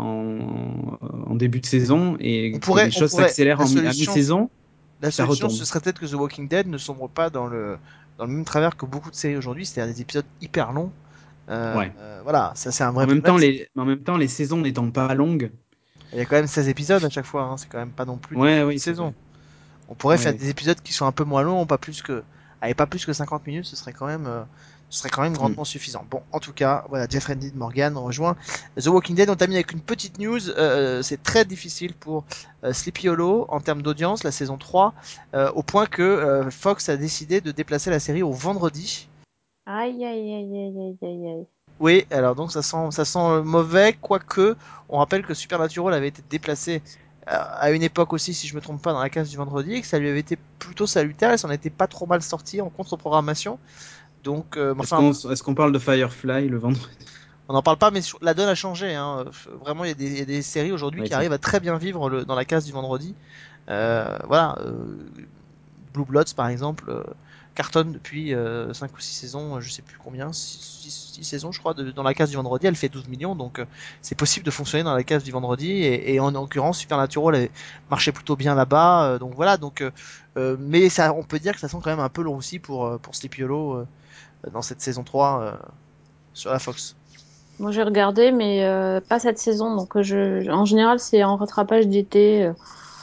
en, en début de saison On et que pourrait, les on choses pourrait, s'accélèrent la en mi- à solution, mi-saison, la puis ça solution, retombe. ce serait peut-être que The Walking Dead ne sombre pas dans le, dans le même travers que beaucoup de séries aujourd'hui, c'est-à-dire des épisodes hyper longs. Euh, Ouais. euh, voilà, ça c'est un vrai En même problème. temps, les, en même temps, les saisons n'étant pas longues. Il y a quand même seize épisodes à chaque fois, hein, c'est quand même pas non plus des Ouais, petites oui, c'est saisons. vrai. On pourrait Ouais, faire ouais. des épisodes qui sont un peu moins longs, pas plus que, allez, pas plus que cinquante minutes, ce serait quand même, euh, ce serait quand même Mm. grandement suffisant. Bon, en tout cas, voilà, Jeff Andy de Morgan rejoint The Walking Dead. On termine avec une petite news. Euh, c'est très difficile pour euh, Sleepy Hollow en termes d'audience, la saison trois, euh, au point que euh, Fox a décidé de déplacer la série au vendredi. Aïe, aïe, aïe, aïe, aïe, aïe, aïe. Oui, alors donc ça sent, ça sent mauvais, quoique on rappelle que Supernatural avait été déplacé euh, à une époque aussi, si je me trompe pas, dans la case du vendredi, et que ça lui avait été plutôt salutaire, et s'en était pas trop mal sorti en contre-programmation. Donc, euh, Est-ce enfin, qu'on est-ce qu'on parle de Firefly le vendredi? on n'en parle pas, mais sur- la donne a changé. Hein. Vraiment, il y, a des- il y a des séries aujourd'hui Oui, qui c'est arrivent vrai. à très bien vivre le- dans la case du vendredi. Euh, voilà, euh, Blue Bloods par exemple euh, cartonne depuis euh, cinq ou six saisons, je sais plus combien, six saisons je crois, de- dans la case du vendredi, elle fait douze millions, donc euh, c'est possible de fonctionner dans la case du vendredi, et, et en l'occurrence Supernatural avait marché plutôt bien là-bas, euh, donc voilà, donc euh, euh, mais ça, on peut dire que ça sent quand même un peu long aussi pour, euh, pour Sleepy Hollow euh, dans cette saison trois euh, sur la Fox. Moi, j'ai regardé, mais euh, pas cette saison. Donc, euh, je, en général, c'est en rattrapage d'été. euh,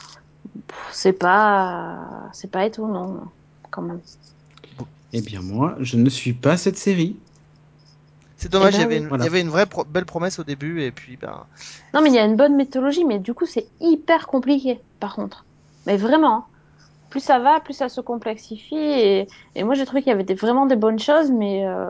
pff, C'est pas, c'est pas étonnant, quand même. Eh bien, moi, je ne suis pas cette série. C'est Eh dommage, il y ben avait oui. une, il y Voilà. avait une vraie pro- belle promesse au début, et puis ben, Non, mais il y a une bonne méthodologie, mais du coup, c'est hyper compliqué, par contre. Mais vraiment, hein. Plus ça va, plus ça se complexifie. Et, et moi, j'ai trouvé qu'il y avait des- vraiment des bonnes choses, mais euh,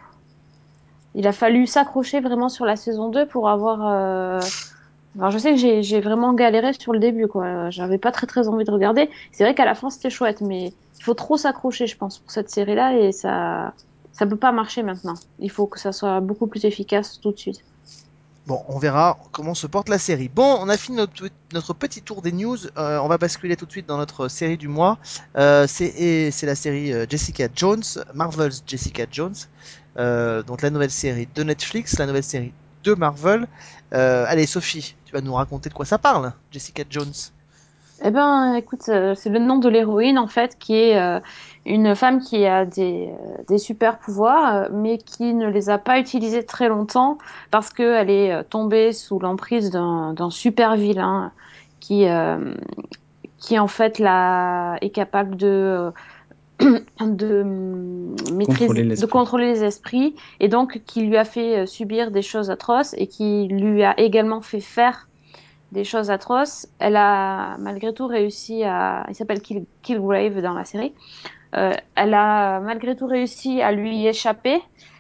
il a fallu s'accrocher vraiment sur la saison deux pour avoir. euh, Enfin, je sais que j'ai j'ai vraiment galéré sur le début, quoi. J'avais pas très très envie de regarder. C'est vrai qu'à la fin, c'était chouette, mais il faut trop s'accrocher, je pense, pour cette série-là, et ça ça peut pas marcher maintenant. Il faut que ça soit beaucoup plus efficace tout de suite. bon, on verra comment se porte la série. Bon, on a fini notre, notre petit tour des news. Euh, on va basculer tout de suite dans notre série du mois. Euh, c'est et c'est la série euh, Jessica Jones, Marvel's Jessica Jones. Euh, donc la nouvelle série de Netflix, la nouvelle série de Marvel. Euh, allez, Sophie, tu vas nous raconter de quoi ça parle, Jessica Jones. Eh ben, écoute, euh, c'est le nom de l'héroïne, en fait, qui est euh, une femme qui a des, euh, des super pouvoirs, euh, mais qui ne les a pas utilisés très longtemps parce qu'elle est euh, tombée sous l'emprise d'un d'un super vilain qui, euh, qui en fait la, est capable de, euh, de hum, Contrôler maîtriser, de l'esprit. contrôler les esprits, et donc qui lui a fait euh, subir des choses atroces et qui lui a également fait faire des choses atroces. Elle a malgré tout réussi à... Il s'appelle Kill... Killgrave dans la série. Euh, elle a malgré tout réussi à lui échapper.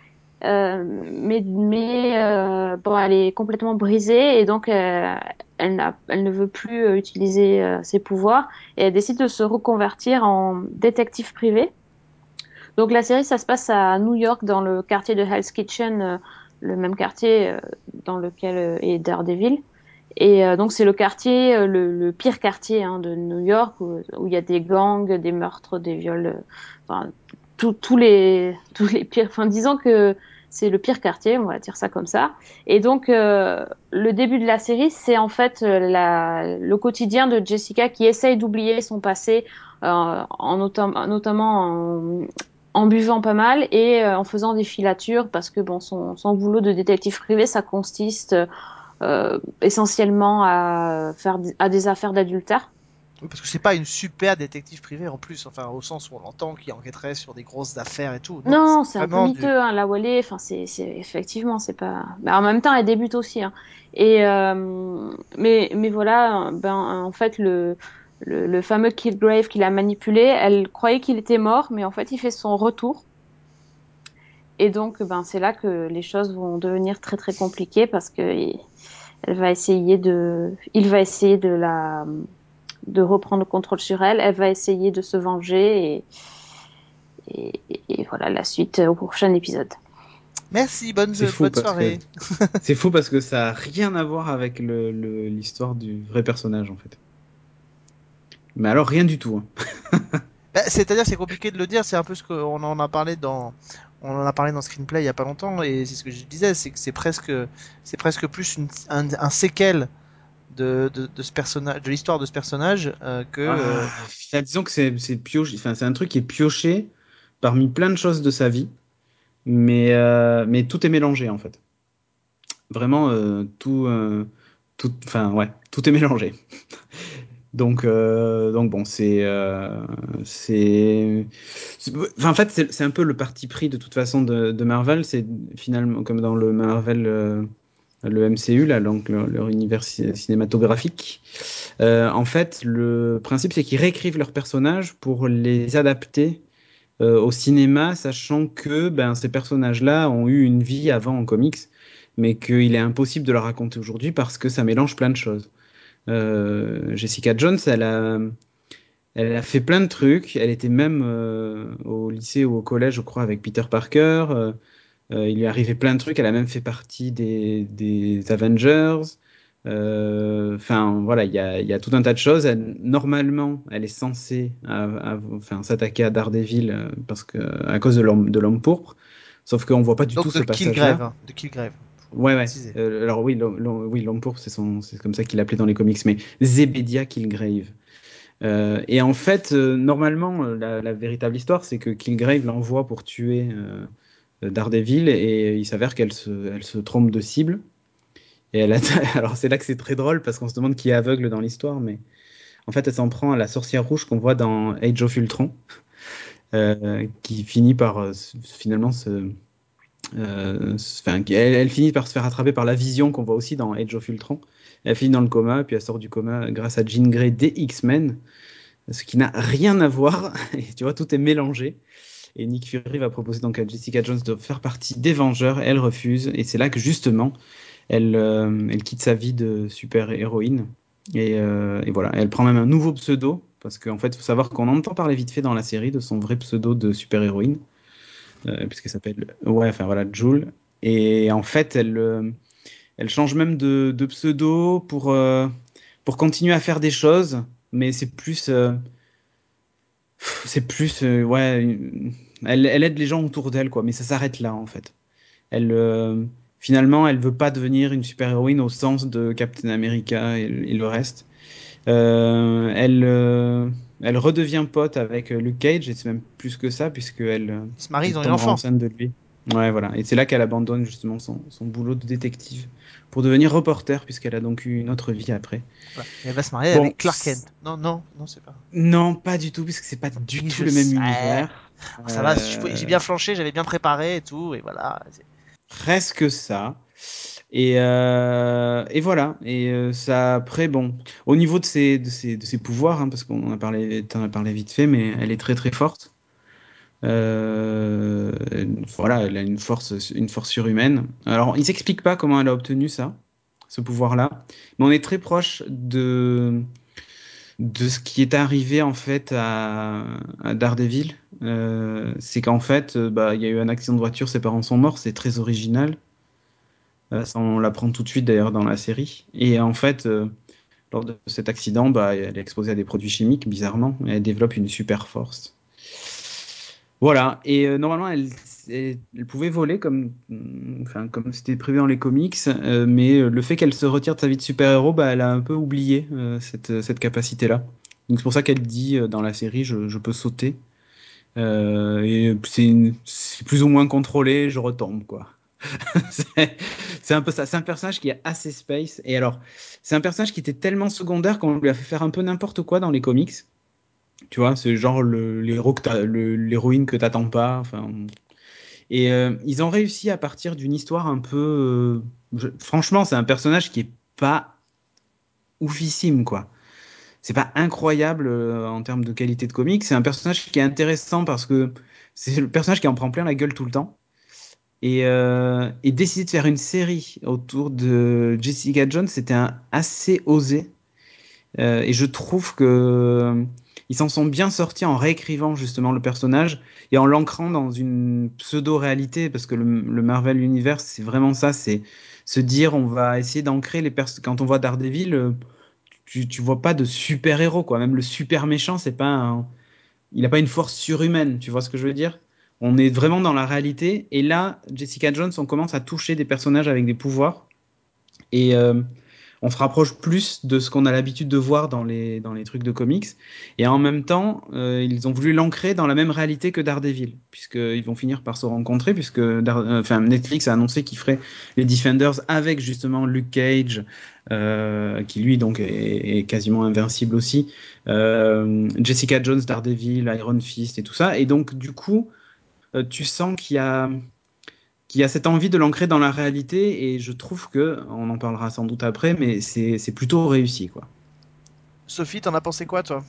Euh, mais mais euh, bon, elle est complètement brisée et donc euh, elle, n'a- elle ne veut plus euh, utiliser euh, ses pouvoirs et elle décide de se reconvertir en détective privé. Donc la série, ça se passe à New York, dans le quartier de Hell's Kitchen, euh, le même quartier euh, dans lequel euh, est Daredevil. Et euh, donc c'est le quartier, euh, le, le pire quartier hein, de New York, où, où il y a des gangs, des meurtres, des viols, euh, enfin tous tous les tous les pires. Enfin disons que c'est le pire quartier, on va dire ça comme ça. Et donc euh, le début de la série, c'est en fait euh, la, le quotidien de Jessica qui essaye d'oublier son passé, euh, en notam- notamment en, en buvant pas mal et euh, en faisant des filatures parce que bon son, son boulot de détective privé ça consiste euh, essentiellement à faire d- à des affaires d'adultère. Oui, parce que c'est pas une super détective privée en plus, enfin au sens où on l'entend, qui enquêterait sur des grosses affaires et tout. Non, c'est Non, c'est un peu vraiment du. miteux, hein, la Wallée. Enfin, c'est, c'est effectivement, c'est pas. Mais en même temps, elle débute aussi, hein. Et euh, mais mais voilà, ben en fait le le, le fameux Kilgrave qui l'a manipulé, elle croyait qu'il était mort, mais en fait, il fait son retour. Et donc, ben c'est là que les choses vont devenir très très compliquées parce que il- elle va essayer de, il va essayer de la de reprendre le contrôle sur elle. Elle va essayer de se venger et, et, et voilà la suite au prochain épisode. Merci, bonne, C'est fou bonne parce que soirée. c'est fou parce que ça a rien à voir avec le, le- l'histoire du vrai personnage en fait. Mais alors rien du tout, hein. Bah, c'est-à-dire, c'est compliqué de le dire, c'est un peu ce qu'on en a parlé dans. On en a parlé dans Screenplay il y a pas longtemps, et c'est ce que je disais, c'est que c'est presque, c'est presque plus une- un, un séquel de, de, de ce personnage, de l'histoire de ce personnage euh, que. euh, Ah, enfin, disons que c'est c'est pioché, enfin c'est un truc qui est pioché parmi plein de choses de sa vie, mais euh, mais tout est mélangé en fait. Vraiment euh, tout euh, tout enfin ouais, tout est mélangé. Donc, euh, donc bon, c'est, euh, c'est, c'est- enfin, en fait, c'est c'est un peu le parti pris de toute façon de, de Marvel. C'est finalement comme dans le Marvel, euh, le M C U là, donc leur, leur univers ci- cinématographique. Euh, en fait, le principe c'est qu'ils réécrivent leurs personnages pour les adapter euh, au cinéma, sachant que ben ces personnages-là ont eu une vie avant en comics, mais qu'il est impossible de la raconter aujourd'hui parce que ça mélange plein de choses. Euh, Jessica Jones, elle a, elle a fait plein de trucs. Elle était même euh, au lycée ou au collège, je crois, avec Peter Parker. Euh, euh, il lui est arrivé plein de trucs. Elle a même fait partie des, des Avengers. Euh, Enfin, voilà, il y a, il y a tout un tas de choses. Elle- normalement, elle est censée à- à- enfin, s'attaquer à Daredevil euh, parce que, à cause de l'homme, de l'homme pourpre. Sauf qu'on voit pas du tout Donc de ce Killgrave, passage-là. hein, de Killgrave, faut Ouais, ouais. préciser. Euh, alors oui, l'homme l'homme- oui, l'homme pourpre, c'est son, c'est comme ça qu'il l'appelait dans les comics, mais Zebedia Killgrave. Euh, et en fait, euh, normalement, euh, la, la véritable histoire, c'est que Killgrave l'envoie pour tuer euh, Daredevil et il s'avère qu'elle se, elle se trompe de cible. Et elle a... Alors c'est là que c'est très drôle parce qu'on se demande qui est aveugle dans l'histoire, mais en fait, elle s'en prend à la sorcière rouge qu'on voit dans Age of Ultron, euh, qui finit par euh, s- finalement se, euh, s- enfin, elle, elle finit par se faire attraper par la vision qu'on voit aussi dans Age of Ultron. Elle finit dans le coma, puis elle sort du coma grâce à Jean Grey des X-Men, ce qui n'a rien à voir. Et tu vois, tout est mélangé. Et Nick Fury va proposer donc à Jessica Jones de faire partie des Vengeurs. Elle refuse. Et c'est là que justement, elle, euh, elle quitte sa vie de super-héroïne. Et, euh, et voilà, elle prend même un nouveau pseudo. Parce qu'en fait, il faut savoir qu'on entend parler vite fait dans la série de son vrai pseudo de super-héroïne. Euh, puisqu'elle s'appelle. Ouais, enfin voilà, Joule. Et en fait, elle, euh, elle change même de, de pseudo pour, euh, pour continuer à faire des choses. Mais c'est plus. euh, C'est plus, euh, ouais, une- elle, elle aide les gens autour d'elle, quoi. Mais ça s'arrête là, en fait. Elle, euh, finalement, elle veut pas devenir une super-héroïne au sens de Captain America et, et le reste. Euh, elle, euh, elle redevient pote avec euh, Luke Cage, et c'est même plus que ça, puisque elle, euh, Ils se marient, elle ils ont eu un tombera enfant. enceinte de lui. Ouais, voilà. Et c'est là qu'elle abandonne justement son, son boulot de détective pour devenir reporter, puisqu'elle a donc eu une autre vie après. Voilà. Et elle va se marier Bon, avec Clark Kent. Non, non, non, c'est pas. non, pas du tout, puisque c'est pas du Oui, tout je le même sais. univers. Oh, ça va, je pouvais- j'ai Euh, bien flanché, j'avais bien préparé et tout, et voilà. C'est- Presque ça. Et, euh, et voilà. Et euh, ça, après, bon, au niveau de ses, de ses, de ses pouvoirs, hein, parce qu'on en a parlé, t'en as parlé vite fait, mais elle est très très forte. Euh, voilà, elle a une force, une force surhumaine. Alors, il s'explique pas comment elle a obtenu ça, ce pouvoir-là, mais on est très proche de, de ce qui est arrivé en fait à, à Daredevil. Euh, c'est qu'en fait, euh, bah, il y a eu un accident de voiture, ses parents sont morts, c'est très original. Euh, ça, on l'apprend tout de suite d'ailleurs dans la série. Et en fait, euh, lors de cet accident, bah, elle est exposée à des produits chimiques, bizarrement, et elle développe une super force. Voilà, et euh, normalement, elle, elle, elle pouvait voler comme, enfin, comme c'était prévu dans les comics, euh, mais euh, le fait qu'elle se retire de sa vie de super-héros, bah, elle a un peu oublié euh, cette, cette capacité-là. Donc c'est pour ça qu'elle dit euh, dans la série, je, je peux sauter. Euh, et c'est une- c'est plus ou moins contrôlé, je retombe, quoi. c'est, c'est un peu ça. C'est un personnage qui est assez space. Et alors, c'est un personnage qui était tellement secondaire qu'on lui a fait faire un peu n'importe quoi dans les comics. Tu vois, c'est genre le, l'héros que t'as- le- l'héroïne que t'attends pas. Enfin, et euh, ils ont réussi à partir d'une histoire un peu. euh, je- franchement, c'est un personnage qui est pas oufissime, quoi. C'est pas incroyable euh, en termes de qualité de comics. C'est un personnage qui est intéressant parce que c'est le personnage qui en prend plein la gueule tout le temps. Et, euh, et décider de faire une série autour de Jessica Jones, c'était un, assez osé. Euh, et je trouve que euh, ils s'en sont bien sortis en réécrivant justement le personnage et en l'ancrant dans une pseudo-réalité, parce que le, le Marvel Universe, c'est vraiment ça, c'est se dire on va essayer d'ancrer les personnes. Quand on voit Daredevil, euh, tu, tu vois pas de super-héros, quoi. Même le super méchant, c'est pas un, il n'a pas une force surhumaine, tu vois ce que je veux dire? On est vraiment dans la réalité. Et là, Jessica Jones, on commence à toucher des personnages avec des pouvoirs. Et euh, on se rapproche plus de ce qu'on a l'habitude de voir dans les, dans les trucs de comics. Et en même temps, euh, ils ont voulu l'ancrer dans la même réalité que Daredevil, puisqu'ils vont finir par se rencontrer, puisque Dar- euh, enfin, Netflix a annoncé qu'il ferait les Defenders avec justement Luke Cage, euh, qui lui donc est, est quasiment invincible aussi, euh, Jessica Jones, Daredevil, Iron Fist et tout ça. Et donc du coup, euh, tu sens qu'il y a qui a cette envie de l'ancrer dans la réalité et je trouve que, on en parlera sans doute après, mais c'est c'est plutôt réussi quoi. Sophie, t'en as pensé quoi, toi?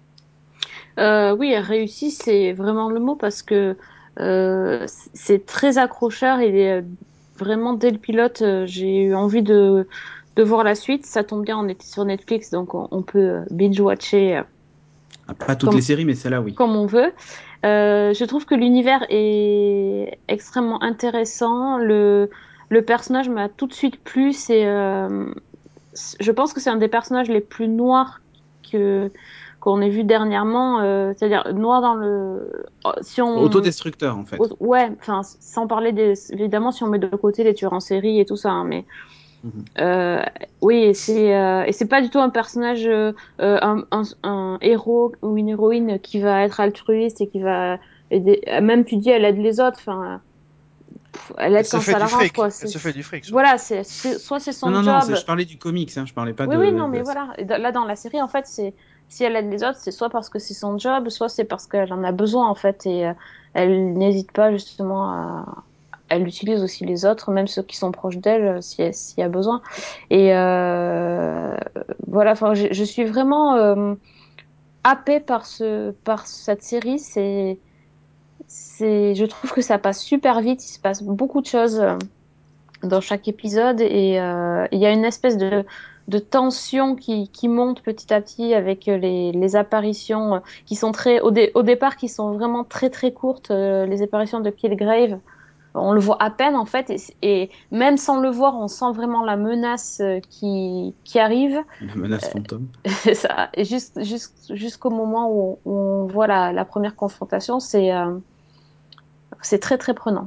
Euh, oui, réussi, c'est vraiment le mot parce que euh, c'est très accrocheur et euh, vraiment dès le pilote, euh, j'ai eu envie de, de voir la suite. Ça tombe bien, on était sur Netflix, donc on, on peut euh, binge-watcher euh, Ah, pas toutes les comme, séries, mais celle-là oui. comme on veut. Euh, je trouve que l'univers est extrêmement intéressant. Le, le personnage m'a tout de suite plu. C'est, euh, je pense que c'est un des personnages les plus noirs que qu'on ait vu dernièrement, euh, c'est-à-dire noir dans le oh, si on Autodestructeur en fait. ouais, enfin sans parler des évidemment si on met de côté les tueurs en série et tout ça, hein, mais Mhm. euh, oui, et c'est euh, et c'est pas du tout un personnage euh, euh, un, un, un héros ou une héroïne qui va être altruiste et qui va aider, même tu dis elle aide les autres, enfin pff, elle Elle aide se quand fait ça du l'arrange fric. quoi, Elle c'est se fait du fric, surtout. voilà, c'est c'est- soit c'est Non son non non, c'est- job. je parlais du comics, hein, je parlais pas Oui, oui, de, non, de mais la série. voilà. Et dans- là, dans la série, en fait, c'est si elle aide les autres, c'est soit parce que c'est son job, soit c'est parce qu'elle en a besoin, en fait, et euh, elle n'hésite pas justement à. Elle utilise aussi les autres, même ceux qui sont proches d'elle, euh, si elle- s'il y a besoin. Et euh, voilà, enfin, je, je suis vraiment euh, happée par ce, par cette série. C'est, c'est, je trouve que ça passe super vite. Il se passe beaucoup de choses euh, dans chaque épisode et euh, il y a une espèce de, de tension qui, qui monte petit à petit avec les, les apparitions euh, qui sont très au, dé- au départ qui sont vraiment très très courtes, euh, les apparitions de Killgrave. On le voit à peine en fait et, et même sans le voir on sent vraiment la menace euh, qui, qui arrive. La menace fantôme. C'est ça. Et juste, juste, jusqu'au moment où, où on voit la, la première confrontation, c'est euh, c'est très très prenant.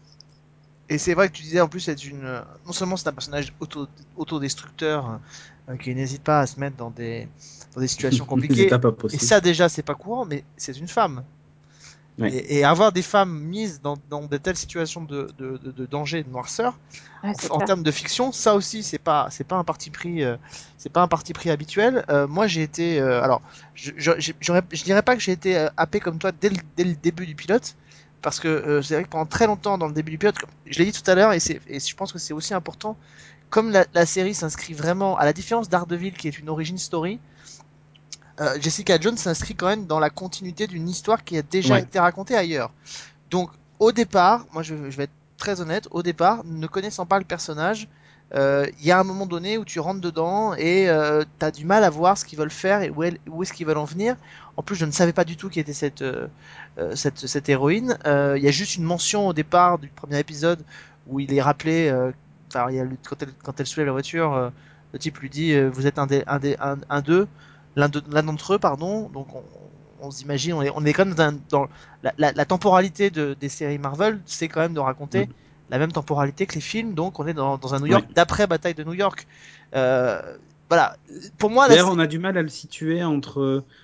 Et c'est vrai que tu disais en plus, c'est une. euh, Non seulement c'est un personnage auto, autodestructeur euh, qui n'hésite pas à se mettre dans des, dans des situations Les compliquées. étapes pas Et possibles. ça, déjà, c'est pas courant, mais c'est une femme. Ouais. Et, et avoir des femmes mises dans, dans de telles situations de, de, de, de danger, de noirceur, Ouais, c'est en, en clair. termes de fiction, ça aussi, c'est pas, c'est pas un parti pris, euh, c'est pas un parti pris habituel. Euh, moi, j'ai été, euh, alors, je, je, j'aurais- je dirais pas que j'ai été euh, happé comme toi dès le, dès le début du pilote, parce que euh, c'est vrai que pendant très longtemps, dans le début du pilote, comme je l'ai dit tout à l'heure, et, c'est, et je pense que c'est aussi important, comme la, la série s'inscrit vraiment, à la différence d'Ardeville, qui est une origin story, euh, Jessica Jones s'inscrit quand même dans la continuité d'une histoire qui a déjà Ouais. été racontée ailleurs. Donc, au départ, moi je, je vais être très honnête, au départ, ne connaissant pas le personnage, euh, il y a un moment donné où tu rentres dedans et euh, t'as du mal à voir ce qu'ils veulent faire et où, elle- où est-ce qu'ils veulent en venir. En plus, je ne savais pas du tout qui était cette, euh, euh, cette, cette héroïne. Euh, Il y a juste une mention au départ du premier épisode où il est rappelé, euh, enfin, il y a le- quand, elle, quand elle soulève la voiture, euh, le type lui dit euh, vous êtes un des, un des, un, un d'eux, l'un de- l'un d'entre eux, pardon. Donc on, on s'imagine, on est, on est quand même dans, dans la, la, la temporalité de, des séries Marvel, c'est quand même de raconter Mm. la même temporalité que les films, donc on est dans, dans un New Ouais. York d'après bataille de New York. Euh, voilà, pour moi, la, D'ailleurs, on a du mal à le situer entre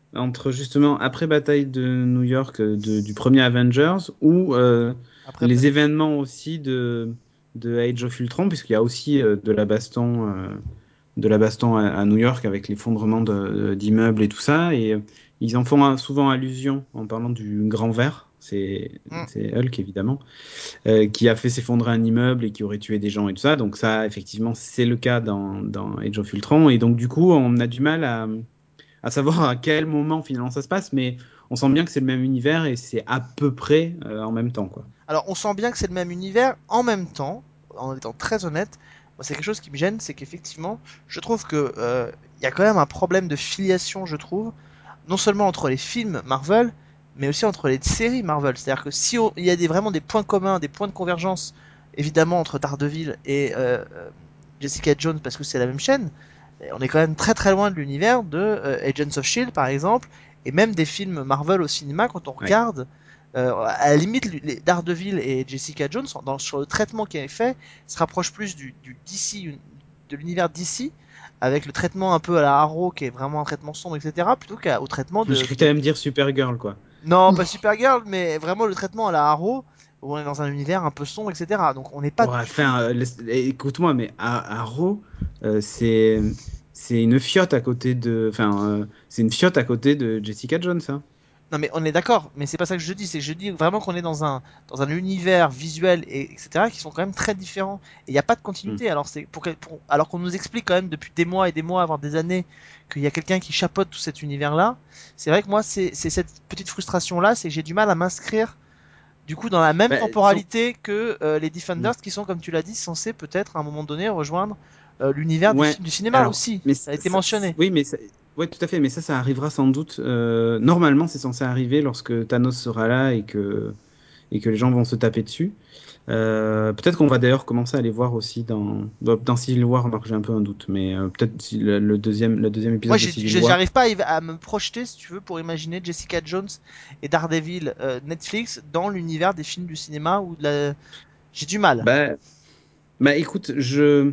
entre justement après bataille de New York euh, de- du premier Avengers ou euh, Après, les peut-être. événements aussi de, de Age of Ultron, puisqu'il y a aussi euh, de la baston, euh, de la baston à, à New York avec l'effondrement de- d'immeubles et tout ça. Et euh, ils en font un- souvent allusion en parlant du grand verre. C'est Hmm. c'est Hulk évidemment, euh, qui a fait s'effondrer un immeuble et qui aurait tué des gens et tout ça. Donc ça, effectivement, c'est le cas dans, dans Age of Ultron. Et donc du coup, on a du mal à à savoir à quel moment finalement ça se passe, mais on sent bien que c'est le même univers et c'est à peu près euh, en même temps, quoi. Alors, on sent bien que c'est le même univers. En même temps, en étant très honnête, moi, c'est quelque chose qui me gêne, c'est qu'effectivement, je trouve que euh, il y a quand même un problème de filiation, je trouve, non seulement entre les films Marvel, mais aussi entre les séries Marvel. C'est-à-dire que si on- il y a des, vraiment des points communs, des points de convergence, évidemment entre Daredevil et euh, euh, Jessica Jones, parce que c'est la même chaîne, on est quand même très très loin de l'univers de euh, Agents of Shield par exemple, et même des films Marvel au cinéma quand on Ouais. regarde. Euh, à la limite, les Daredevil et Jessica Jones, dans, sur le traitement qui est fait, se rapprochent plus du, du D C, de l'univers D C, avec le traitement un peu à la Arrow, qui est vraiment un traitement sombre, et cetera, plutôt qu'au traitement Je de, cru que de... t'allais me dire Supergirl, quoi. Non, pas Supergirl, mais vraiment le traitement à la Arrow, où on est dans un univers un peu sombre, et cetera. Donc on n'est pas Ouais, du tout... enfin, euh, laisse- eh, écoute-moi, mais Ar- Arrow, euh, c'est c'est une fiotte à côté de, enfin, euh, c'est une fiotte à côté de Jessica Jones, hein. Non mais on est d'accord, mais c'est pas ça que je dis, c'est que je dis vraiment qu'on est dans un, dans un univers visuel, et, etc., qui sont quand même très différents. Et il n'y a pas de Hmm. continuité, alors, c'est pour, quel- pour- alors qu'on nous explique quand même depuis des mois et des mois, voire des années, qu'il y a quelqu'un qui chapeaute tout cet univers-là. C'est vrai que moi, c'est c'est cette petite frustration-là, c'est que j'ai du mal à m'inscrire, du coup, dans la même Bah, sans- temporalité que euh, les hmm. Defenders, qui sont, comme tu l'as dit, censés peut-être à un moment donné rejoindre euh, l'univers des Ouais, films du cinéma alors, aussi. mais Ça a ça- été ça- mentionné. oui, mais ça- ouais, tout à fait, mais ça, ça arrivera sans doute. euh, normalement, c'est censé arriver lorsque Thanos sera là et que et que les gens vont se taper dessus. Euh, peut-être qu'on va d'ailleurs commencer à les voir aussi dans, dans dans Civil War, remarque, j'ai un peu un doute, mais euh, peut-être si le, le deuxième, le deuxième Moi, épisode de j'ai- Civil j'ai- War. j'arrive pas à, y- à me projeter, si tu veux, pour imaginer Jessica Jones et Daredevil euh, Netflix dans l'univers des films du cinéma ou de la... J'ai du mal. Bah, bah écoute, je,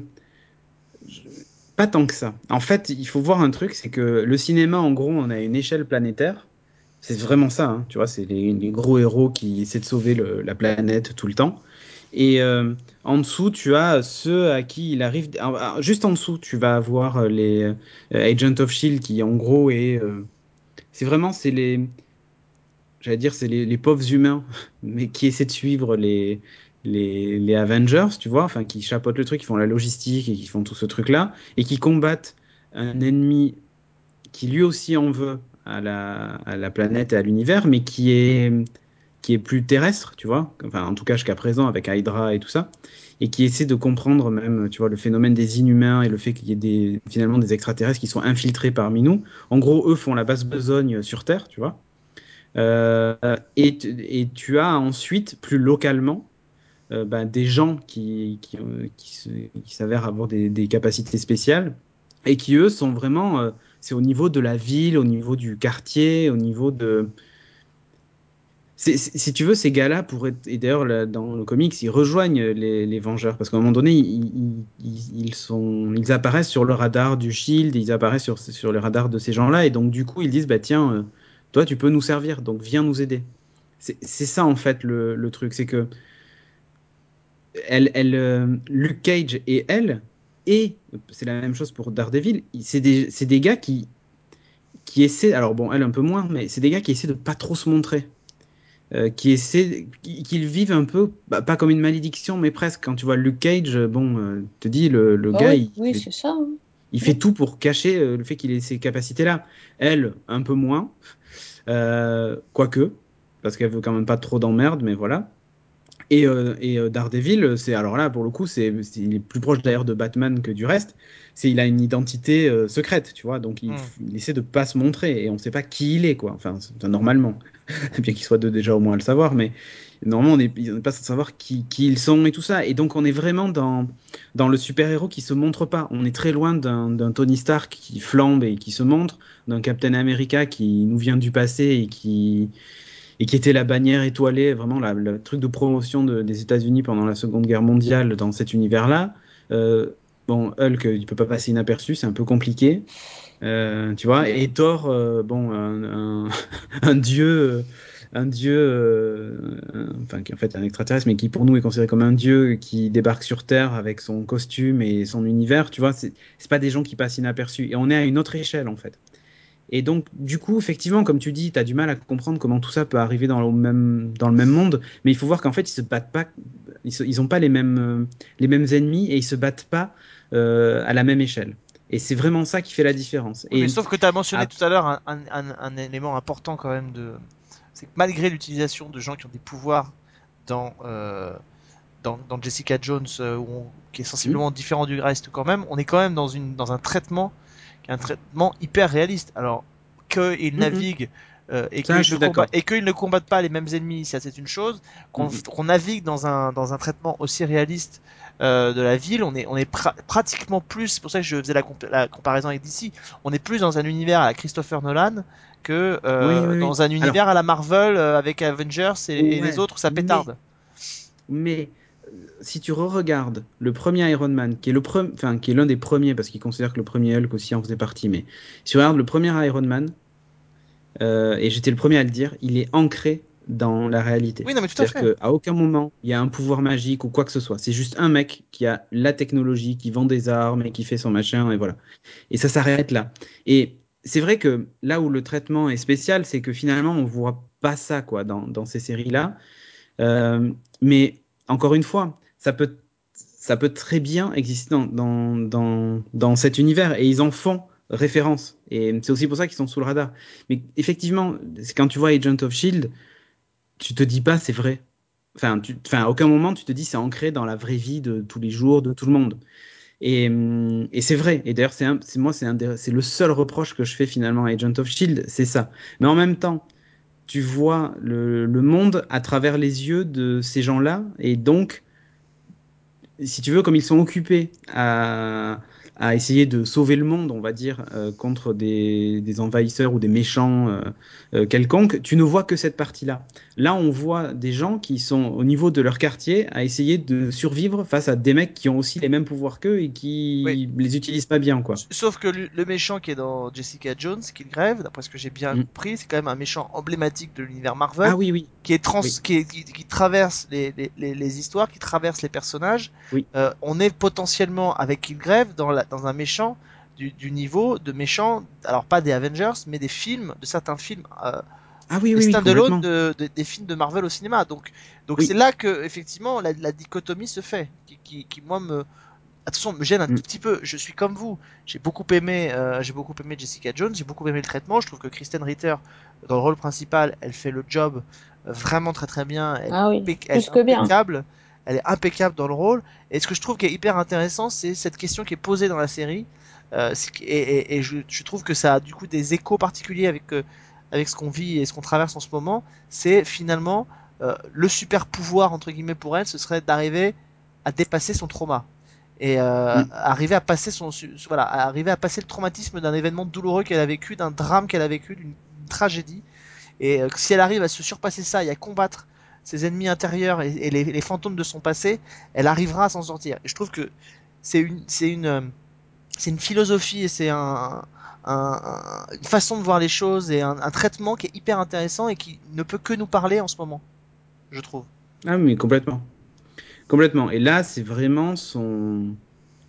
je- pas tant que ça. En fait, il faut voir un truc, c'est que le cinéma, en gros, on a une échelle planétaire. C'est vraiment ça, hein, tu vois, c'est les, les gros héros qui essaient de sauver le- la planète tout le temps. Et euh, en dessous, tu as ceux à qui il arrive. Ah, ah, juste en dessous, tu vas avoir euh, les euh, Agents of Shield qui, en gros, est. euh, c'est vraiment, c'est les. J'allais dire, c'est les, les pauvres humains, mais qui essaient de suivre les, les, les Avengers, tu vois, enfin, qui chapeautent le truc, qui font la logistique et qui font tout ce truc-là, et qui combattent un ennemi qui lui aussi en veut à la, à la planète et à l'univers, mais qui est, qui est plus terrestre, tu vois, enfin en tout cas jusqu'à présent avec Hydra et tout ça, et qui essaie de comprendre même, tu vois, le phénomène des inhumains et le fait qu'il y ait des, finalement des extraterrestres qui sont infiltrés parmi nous. En gros, eux font la basse besogne sur Terre, tu vois. Euh, et, t- et tu as ensuite, plus localement, euh, ben, des gens qui, qui, euh, qui se- qui s'avèrent avoir des, des capacités spéciales et qui, eux, sont vraiment, euh, c'est au niveau de la ville, au niveau du quartier, au niveau de... c'est- c'est- si tu veux, ces gars-là pourraient... Et d'ailleurs, là, dans le comics, ils rejoignent les, les Vengeurs parce qu'à un moment donné, ils, ils, ils- ils sont, ils apparaissent sur le radar du Shield, ils apparaissent sur, sur le radar de ces gens-là et donc, du coup, ils disent, bah tiens, euh, toi, tu peux nous servir, donc viens nous aider. C'est c'est ça, en fait, le, le truc, c'est que elle, elle, euh, Luke Cage et elle, et c'est la même chose pour Daredevil, c'est des, c'est des gars qui, qui essaient, alors bon, elle un peu moins, mais c'est des gars qui essaient de pas trop se montrer. Euh, qui essaient, qui, qui le vivent un peu, bah, pas comme une malédiction, mais presque. Quand tu vois Luke Cage, euh, bon, euh, te dis, le, le Ah gars, oui, il oui, fait, c'est ça, hein. il fait Ouais. tout pour cacher euh, le fait qu'il ait ces capacités-là. Elle, un peu moins, euh, quoique, parce qu'elle veut quand même pas trop d'emmerde, mais voilà. Et, euh, et euh, Daredevil, c'est alors là pour le coup, c'est c'est- il est plus proche d'ailleurs de Batman que du reste. C'est il a une identité euh, secrète, tu vois, donc il, Hmm. f- il essaie de pas se montrer et on sait pas qui il est quoi. Enfin, c'est- enfin, normalement, bien qu'il soit de déjà au moins à le savoir, mais normalement on n'est on n'est pas sans savoir qui, qui ils sont et tout ça. Et donc on est vraiment dans dans le super-héros qui se montre pas. On est très loin d'un d'un Tony Stark qui flambe et qui se montre, d'un Captain America qui nous vient du passé et qui et qui était la bannière étoilée, vraiment la- le truc de promotion de- des États-Unis pendant la Seconde Guerre mondiale dans cet univers-là. Euh, bon, Hulk, il peut pas passer inaperçu, c'est un peu compliqué. Euh, tu vois, et Thor, euh, bon, un, un, un dieu, euh, un dieu, euh, un- enfin, qui en fait est un extraterrestre, mais qui pour nous est considéré comme un dieu qui débarque sur Terre avec son costume et son univers, tu vois, c'est c'est pas des gens qui passent inaperçus. Et on est à une autre échelle, en fait. Et donc, du coup, effectivement, comme tu dis, tu as du mal à comprendre comment tout ça peut arriver dans le même, dans le même monde, mais il faut voir qu'en fait, ils se battent pas, ils, se- ils ont pas les mêmes, euh, les mêmes ennemis et ils se battent pas euh, à la même échelle. Et c'est vraiment ça qui fait la différence. Oui, mais Et sauf que tu as mentionné ah, tout à l'heure un, un- un- un élément important quand même de, c'est que malgré l'utilisation de gens qui ont des pouvoirs dans euh, dans, dans Jessica Jones, euh, où on- qui est hmm, sensiblement différent du reste quand même, on est quand même dans une dans un traitement qui est un traitement hyper réaliste. Alors qu'ils hmm, hmm. naviguent euh, et Ça, qu'ils je ne suis combattent d'accord. et qu'ils ne combattent pas les mêmes ennemis, ça c'est une chose. Hmm, Qu'on hmm. qu'on navigue dans un dans un traitement aussi réaliste euh, de la ville, on est on est pra- pratiquement plus. C'est pour ça que je faisais la, comp- la comparaison avec D C. On est plus dans un univers à la Christopher Nolan que Oui, euh, oui, oui. dans un Alors, univers à la Marvel euh, avec Avengers et, et les ouais, autres ça mais, pétarde. mais euh, si tu re-regardes le premier Iron Man, qui est le pre- enfin, qui est l'un des premiers, parce qu'il considère que le premier Hulk aussi en faisait partie, mais si tu regardes le premier Iron Man, euh, et j'étais le premier à le dire, il est ancré dans la réalité. Oui, non mais tout à C'est-à-dire fait. qu'à aucun moment, il y a un pouvoir magique ou quoi que ce soit. C'est juste un mec qui a la technologie, qui vend des armes et qui fait son machin, et voilà. Et ça s'arrête là. Et c'est vrai que là où le traitement est spécial, c'est que finalement, on voit pas ça, quoi, dans, dans ces séries-là. Euh, mais encore une fois, ça peut, ça peut très bien exister dans, dans, dans, dans cet univers et ils en font référence. Et c'est aussi pour ça qu'ils sont sous le radar. Mais effectivement, c'est quand tu vois Agent of Shield, tu te dis pas c'est vrai. Enfin, tu, enfin, à aucun moment tu te dis c'est ancré dans la vraie vie de tous les jours de tout le monde. Et, hum, et c'est vrai. Et d'ailleurs, c'est un- c'est moi, c'est un des- c'est le seul reproche que je fais finalement à Agent of Shield, c'est ça. Mais en même temps, tu vois le, le monde à travers les yeux de ces gens-là, et donc, si tu veux, comme ils sont occupés à, à essayer de sauver le monde, on va dire, euh, contre des, des envahisseurs ou des méchants euh, euh, quelconques, tu ne vois que cette partie-là. Là, on voit des gens qui sont au niveau de leur quartier à essayer de survivre face à des mecs qui ont aussi les mêmes pouvoirs qu'eux et Oui. qui les utilisent pas bien, quoi. Sauf que le le méchant qui est dans Jessica Jones, Killgrave, d'après ce que j'ai bien Mm. compris, c'est quand même un méchant emblématique de l'univers Marvel, Ah oui, oui, qui est trans, oui, qui, est- qui, qui traverse les, les, les, les histoires, qui traverse les personnages. oui, Euh, on est potentiellement avec Killgrave dans, la, dans un méchant du, du niveau de méchant, alors pas des Avengers, mais des films, de certains films, euh, ah oui, des oui, oui, stand-alone complètement. de, de- des films de Marvel au cinéma. Donc, donc c'est Oui. là que effectivement la, la dichotomie se fait, qui, qui, qui moi me, attention, me gêne un Mm. tout petit peu. Je suis comme vous. J'ai beaucoup aimé, euh, j'ai beaucoup aimé Jessica Jones. J'ai beaucoup aimé le traitement. Je trouve que Kristen Ritter, dans le rôle principal, elle fait le job euh, vraiment très très bien. Elle est, Ah oui, impec- elle est plus que bien. impeccable. Elle est impeccable dans le rôle. Et ce que je trouve qui est hyper intéressant, c'est cette question qui est posée dans la série. Euh, et et, et je, je, trouve que ça a du coup des échos particuliers avec, euh, avec ce qu'on vit et ce qu'on traverse en ce moment. C'est finalement euh, le super pouvoir, entre guillemets, pour elle, ce serait d'arriver à dépasser son trauma et euh, Mm. arriver à passer son voilà arriver à passer le traumatisme d'un événement douloureux qu'elle a vécu, d'un drame qu'elle a vécu, d'une tragédie, et euh, si elle arrive à se surpasser ça et à combattre ses ennemis intérieurs et, et les, les, fantômes de son passé, elle arrivera à s'en sortir. Et je trouve que c'est une c'est une euh, c'est une philosophie et c'est un, un, un, une façon de voir les choses et un, un traitement qui est hyper intéressant et qui ne peut que nous parler en ce moment, je trouve. Ah, mais complètement. Complètement. Et là, c'est vraiment son.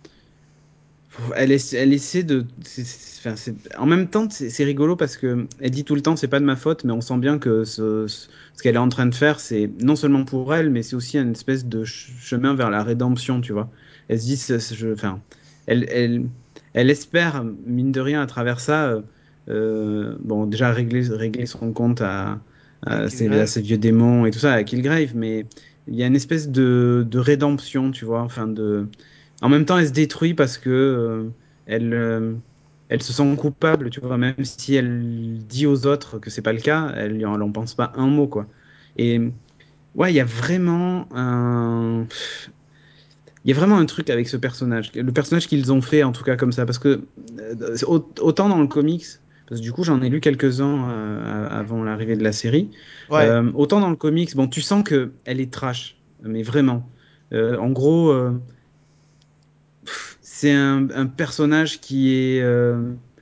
Elle, essa- elle essaie de. c'est- c'est- enfin, c'est- En même temps, c'est c'est rigolo parce que elle dit tout le temps, c'est pas de ma faute, mais on sent bien que ce, ce ce qu'elle est en train de faire, c'est non seulement pour elle, mais c'est aussi une espèce de ch- chemin vers la rédemption, tu vois. Elle se dit, c'est- c'est- je, enfin, elle, elle, elle espère, mine de rien, à travers ça, euh, euh, bon, déjà régler, régler son compte à, Avec à, ces, à Kilgrave. ces vieux démons et tout ça, à Killgrave, mais il y a une espèce de, de rédemption, tu vois, enfin de. En même temps, elle se détruit parce que euh, elle, euh, elle se sent coupable, tu vois, même si elle dit aux autres que c'est pas le cas, elle elle en pense pas un mot, quoi. Et ouais, il y a vraiment un, il y a vraiment un truc avec ce personnage, le personnage qu'ils ont fait en tout cas comme ça, parce que euh, au- autant dans le comics, parce que du coup j'en ai lu quelques-uns euh, avant l'arrivée de la série, Ouais. euh, autant dans le comics, bon, tu sens que elle est trash, mais vraiment. Euh, en gros. euh, c'est un, un personnage qui est, euh,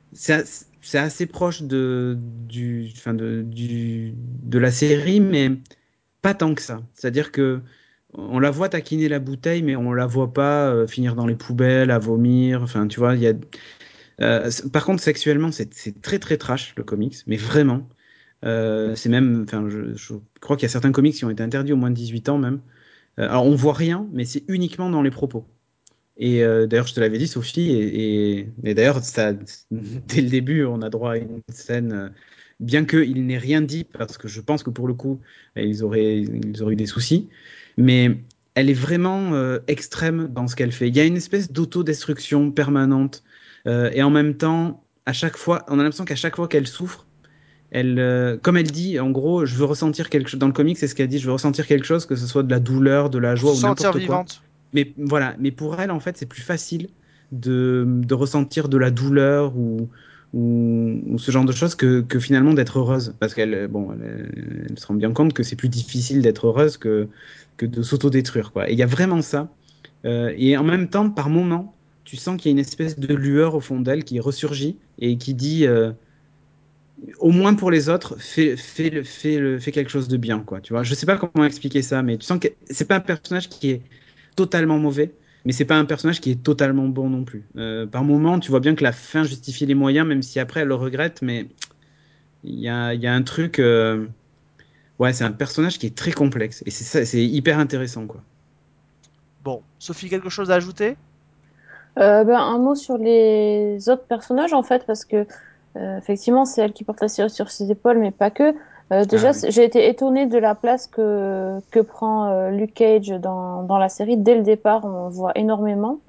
c'est as- c'est assez proche de, du, enfin de, du, de la série, mais pas tant que ça. C'est-à-dire que on la voit taquiner la bouteille, mais on la voit pas euh, finir dans les poubelles, à vomir. Enfin, tu vois, il y a. Euh, c- par contre, sexuellement, c'est c'est très très trash le comics, mais vraiment. Euh, c'est même, enfin, je, je crois qu'il y a certains comics qui ont été interdits au moins de dix-huit ans même. Euh, alors, on voit rien, mais c'est uniquement dans les propos. Et euh, d'ailleurs, je te l'avais dit, Sophie, et, et, et d'ailleurs, ça, dès le début, on a droit à une scène, euh, bien qu'il n'ait rien dit, parce que je pense que pour le coup, ils auraient, ils auraient eu des soucis, mais elle est vraiment euh, extrême dans ce qu'elle fait. Il y a une espèce d'autodestruction permanente, euh, et en même temps, à chaque fois, on a l'impression qu'à chaque fois qu'elle souffre, elle, euh, comme elle dit, en gros, je veux ressentir quelque chose. Dans le comic, c'est ce qu'elle dit, je veux ressentir quelque chose, que ce soit de la douleur, de la Pour joie se ou sentir n'importe quoi. vivante. Mais voilà, mais pour elle, en fait, c'est plus facile de, de ressentir de la douleur ou, ou, ou ce genre de choses que, que finalement d'être heureuse. Parce qu'elle bon, elle, elle se rend bien compte que c'est plus difficile d'être heureuse que, que de s'autodétruire, quoi. Et il y a vraiment ça. Euh, et en même temps, par moments, tu sens qu'il y a une espèce de lueur au fond d'elle qui ressurgit et qui dit, euh, au moins pour les autres, fais, fais, le, fais, le, fais quelque chose de bien, quoi. Tu vois, je sais pas comment expliquer ça, mais tu sens que c'est pas un personnage qui est totalement mauvais, mais c'est pas un personnage qui est totalement bon non plus. Euh, par moment, tu vois bien que la fin justifie les moyens, même si après elle le regrette, mais il y a, y a un truc. Euh... Ouais, c'est un personnage qui est très complexe et c'est ça, c'est hyper intéressant, quoi. Bon, Sophie, quelque chose à ajouter? Euh, ben, un mot sur les autres personnages, en fait, parce que euh, effectivement, c'est elle qui porte la série sur ses épaules, mais pas que. Euh, Ah déjà, oui. c'est- j'ai été étonnée de la place que, que prend euh, Luke Cage dans, dans la série. Dès le départ, on le voit énormément.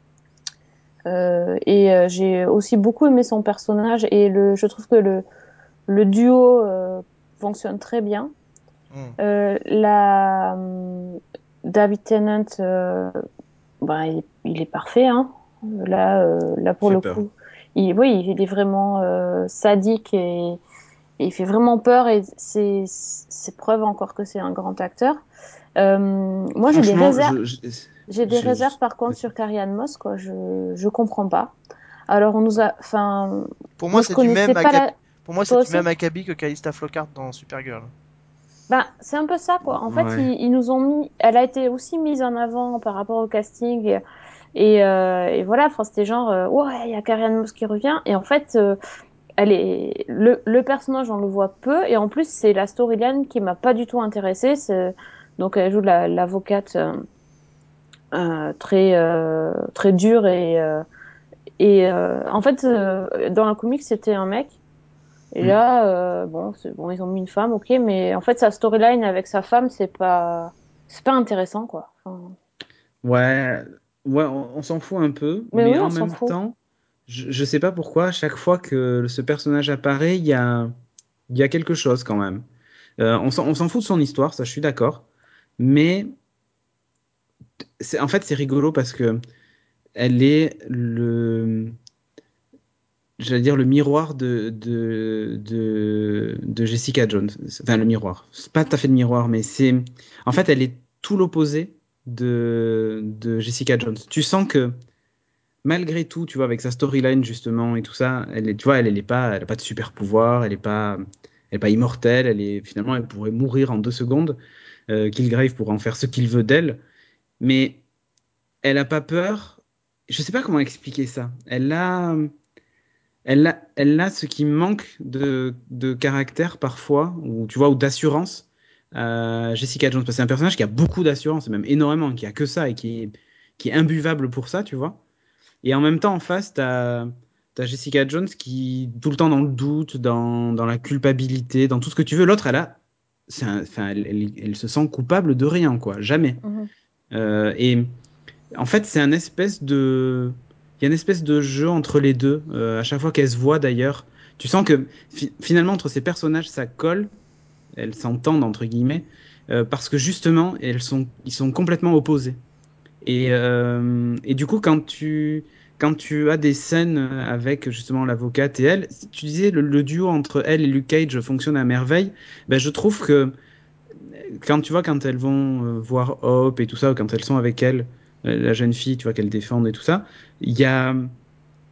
Euh, et euh, j'ai aussi beaucoup aimé son personnage et le, je trouve que le, le duo euh, fonctionne très bien. Hmm. Euh, la, hum, David Tennant, euh, ben, il, il est parfait, hein. Là, euh, là pour Fait le peur. coup, il, oui, il est vraiment euh, sadique et, et il fait vraiment peur et c'est c'est preuve encore que c'est un grand acteur. Euh, moi, j'ai des Franchement, réserves, je, je, j'ai des je- réserves je- par contre sur Carrie-Anne Moss, quoi. Je je comprends pas. Alors on nous a, enfin, Pour moi, moi je c'est du connaissais même pas acabit. la, Pour moi, c'est toi du aussi? même acabit que Calista Flockhart dans Supergirl. Ben, c'est un peu ça, quoi. En fait, ouais. ils, ils nous ont mis, elle a été aussi mise en avant par rapport au casting et, et, euh, et voilà. Enfin, c'était genre, euh, ouais, il y a Carrie-Anne Moss qui revient et en fait, euh, elle est le, le personnage, on le voit peu et en plus, c'est la storyline qui m'a pas du tout intéressée. C'est donc elle joue la- l'avocate euh, euh, très euh, très dure et euh, et euh, en fait, euh, dans la comique, c'était un mec. Et Mm. là, euh, bon, c'est bon, ils ont mis une femme, ok, mais en fait, sa storyline avec sa femme, c'est pas, c'est pas intéressant, quoi. Enfin, Ouais, ouais, on, on s'en fout un peu, mais mais oui, on en s'en même fout. temps, je, je sais pas pourquoi, à chaque fois que ce personnage apparaît, il y a, il y a quelque chose quand même. Euh, on s'en, on s'en fout de son histoire, ça je suis d'accord, mais c'est, en fait c'est rigolo parce que elle est le, j'allais dire le miroir de, de, de, de Jessica Jones. Enfin le miroir, c'est pas tout à fait le miroir, mais c'est, en fait elle est tout l'opposé de, de Jessica Jones. Tu sens que malgré tout, tu vois, avec sa storyline justement et tout ça, elle est, tu vois, elle, elle est pas, elle a pas de super pouvoir, elle est pas, elle est pas immortelle, elle est finalement, elle pourrait mourir en deux secondes. Euh, Killgrave pourrait en faire ce qu'il veut d'elle, mais elle a pas peur. Je sais pas comment expliquer ça. Elle a, elle a, elle a ce qui manque de, de caractère parfois, ou tu vois, ou d'assurance. Euh, Jessica Jones, parce que c'est un personnage qui a beaucoup d'assurance, et même énormément, qui a que ça et qui est, qui est imbuvable pour ça, tu vois. Et en même temps, en face, t'as as Jessica Jones qui, tout le temps dans le doute, dans, dans la culpabilité, dans tout ce que tu veux. L'autre, elle a. c'est un- Enfin, elle, elle- elle se sent coupable de rien, quoi. Jamais. Mhm. Euh, et en fait, c'est un espèce de. Il y a une espèce de jeu entre les deux. Euh, à chaque fois qu'elles se voient, d'ailleurs, tu sens que fi- finalement, entre ces personnages, ça colle. Elles s'entendent, entre guillemets. Euh, parce que justement, elles sont, ils sont complètement opposés. Et, euh, et du coup, quand tu, quand tu as des scènes avec justement l'avocate et elle, tu disais le, le duo entre elle et Luke Cage fonctionne à merveille. Ben, je trouve que quand tu vois, quand elles vont euh, voir Hope et tout ça, ou quand elles sont avec elle, euh, la jeune fille, tu vois, qu'elles défendent et tout ça, il y a,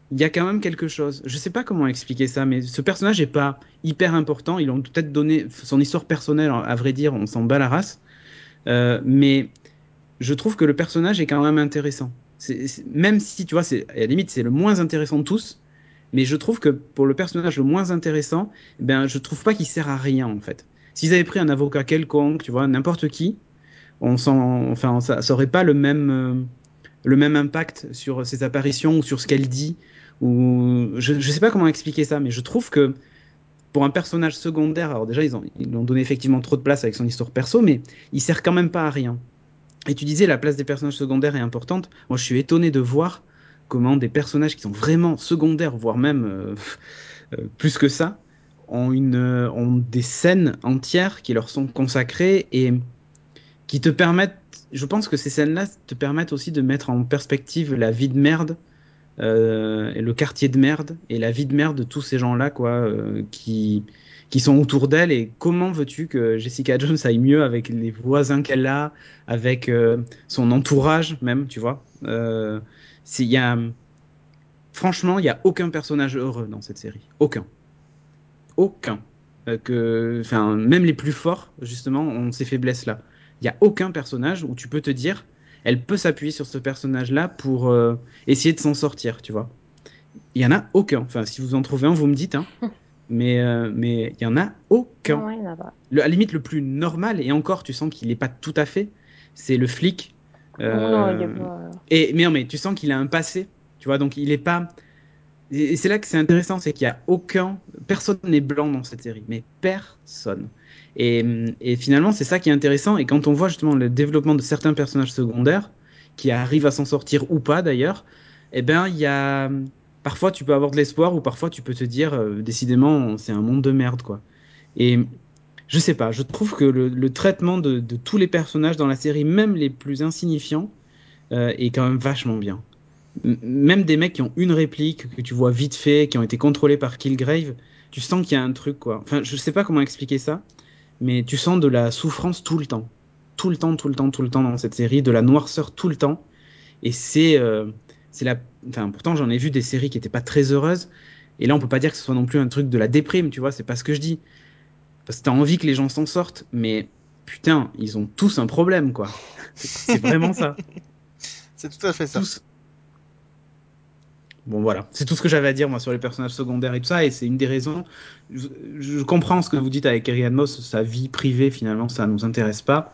il y a quand même quelque chose. Je sais pas comment expliquer ça, mais ce personnage est pas hyper important. Ils ont peut-être donné son histoire personnelle, à vrai dire, on s'en bat la race. Euh, mais je trouve que le personnage est quand même intéressant. C'est, c'est- même si, tu vois, c'est, à la limite, c'est le moins intéressant de tous, mais je trouve que pour le personnage le moins intéressant, eh ben, je trouve pas qu'il sert à rien, en fait. S'ils avaient pris un avocat quelconque, tu vois, n'importe qui, on s'en, enfin, ça, ça aurait pas le même, euh, le même impact sur ses apparitions ou sur ce qu'elle dit. Ou je, je sais pas comment expliquer ça, mais je trouve que pour un personnage secondaire, alors déjà ils ont, ils lui ont donné effectivement trop de place avec son histoire perso, mais il sert quand même pas à rien. Et tu disais la place des personnages secondaires est importante. Moi, je suis étonné de voir comment des personnages qui sont vraiment secondaires, voire même euh, euh, plus que ça, ont, une, euh, ont des scènes entières qui leur sont consacrées et qui te permettent. Je pense que ces scènes-là te permettent aussi de mettre en perspective la vie de merde euh, et le quartier de merde et la vie de merde de tous ces gens-là, quoi, euh, qui, qui sont autour d'elle. Et comment veux-tu que Jessica Jones aille mieux avec les voisins qu'elle a, avec euh, son entourage même, tu vois. Euh, c'est- il y a, franchement, il n'y a aucun personnage heureux dans cette série. Aucun. Aucun. Euh, que, enfin, même les plus forts, justement, ont ces faiblesses-là. Il n'y a aucun personnage où tu peux te dire, elle peut s'appuyer sur ce personnage-là pour euh, essayer de s'en sortir, tu vois. Il y en a aucun. Enfin, si vous en trouvez un, vous me dites, hein. Mais euh, mais il y en a aucun. Non, il n'y en a pas. Le, à la limite, le plus normal, et encore, tu sens qu'il n'est pas tout à fait, c'est le flic. Non, il est Euh, pas. et, mais non, mais tu sens qu'il a un passé, tu vois, donc il est pas. Et c'est là que c'est intéressant, c'est qu'il y a aucun. Personne n'est blanc dans cette série, mais personne. Et, et finalement, c'est ça qui est intéressant. Et quand on voit justement le développement de certains personnages secondaires, qui arrivent à s'en sortir ou pas d'ailleurs, eh ben, il y a. Parfois, tu peux avoir de l'espoir, ou parfois, tu peux te dire, euh, décidément, c'est un monde de merde, quoi. Et je sais pas, je trouve que le, le traitement de, de tous les personnages dans la série, même les plus insignifiants, euh, est quand même vachement bien. M- même des mecs qui ont une réplique, que tu vois vite fait, qui ont été contrôlés par Killgrave, tu sens qu'il y a un truc, quoi. Enfin, je sais pas comment expliquer ça, mais tu sens de la souffrance tout le temps. Tout le temps, tout le temps, tout le temps dans cette série, de la noirceur tout le temps. Et c'est euh, c'est la. Enfin, pourtant, j'en ai vu des séries qui étaient pas très heureuses. Et là, on peut pas dire que ce soit non plus un truc de la déprime, tu vois, c'est pas ce que je dis. Parce que t'as envie que les gens s'en sortent, mais putain, ils ont tous un problème, quoi. C'est vraiment ça. C'est tout à fait ça. Tous. Bon, voilà. C'est tout ce que j'avais à dire, moi, sur les personnages secondaires et tout ça. Et c'est une des raisons. Je, je comprends ce que vous dites avec Kerry Moss, sa vie privée, finalement, ça nous intéresse pas.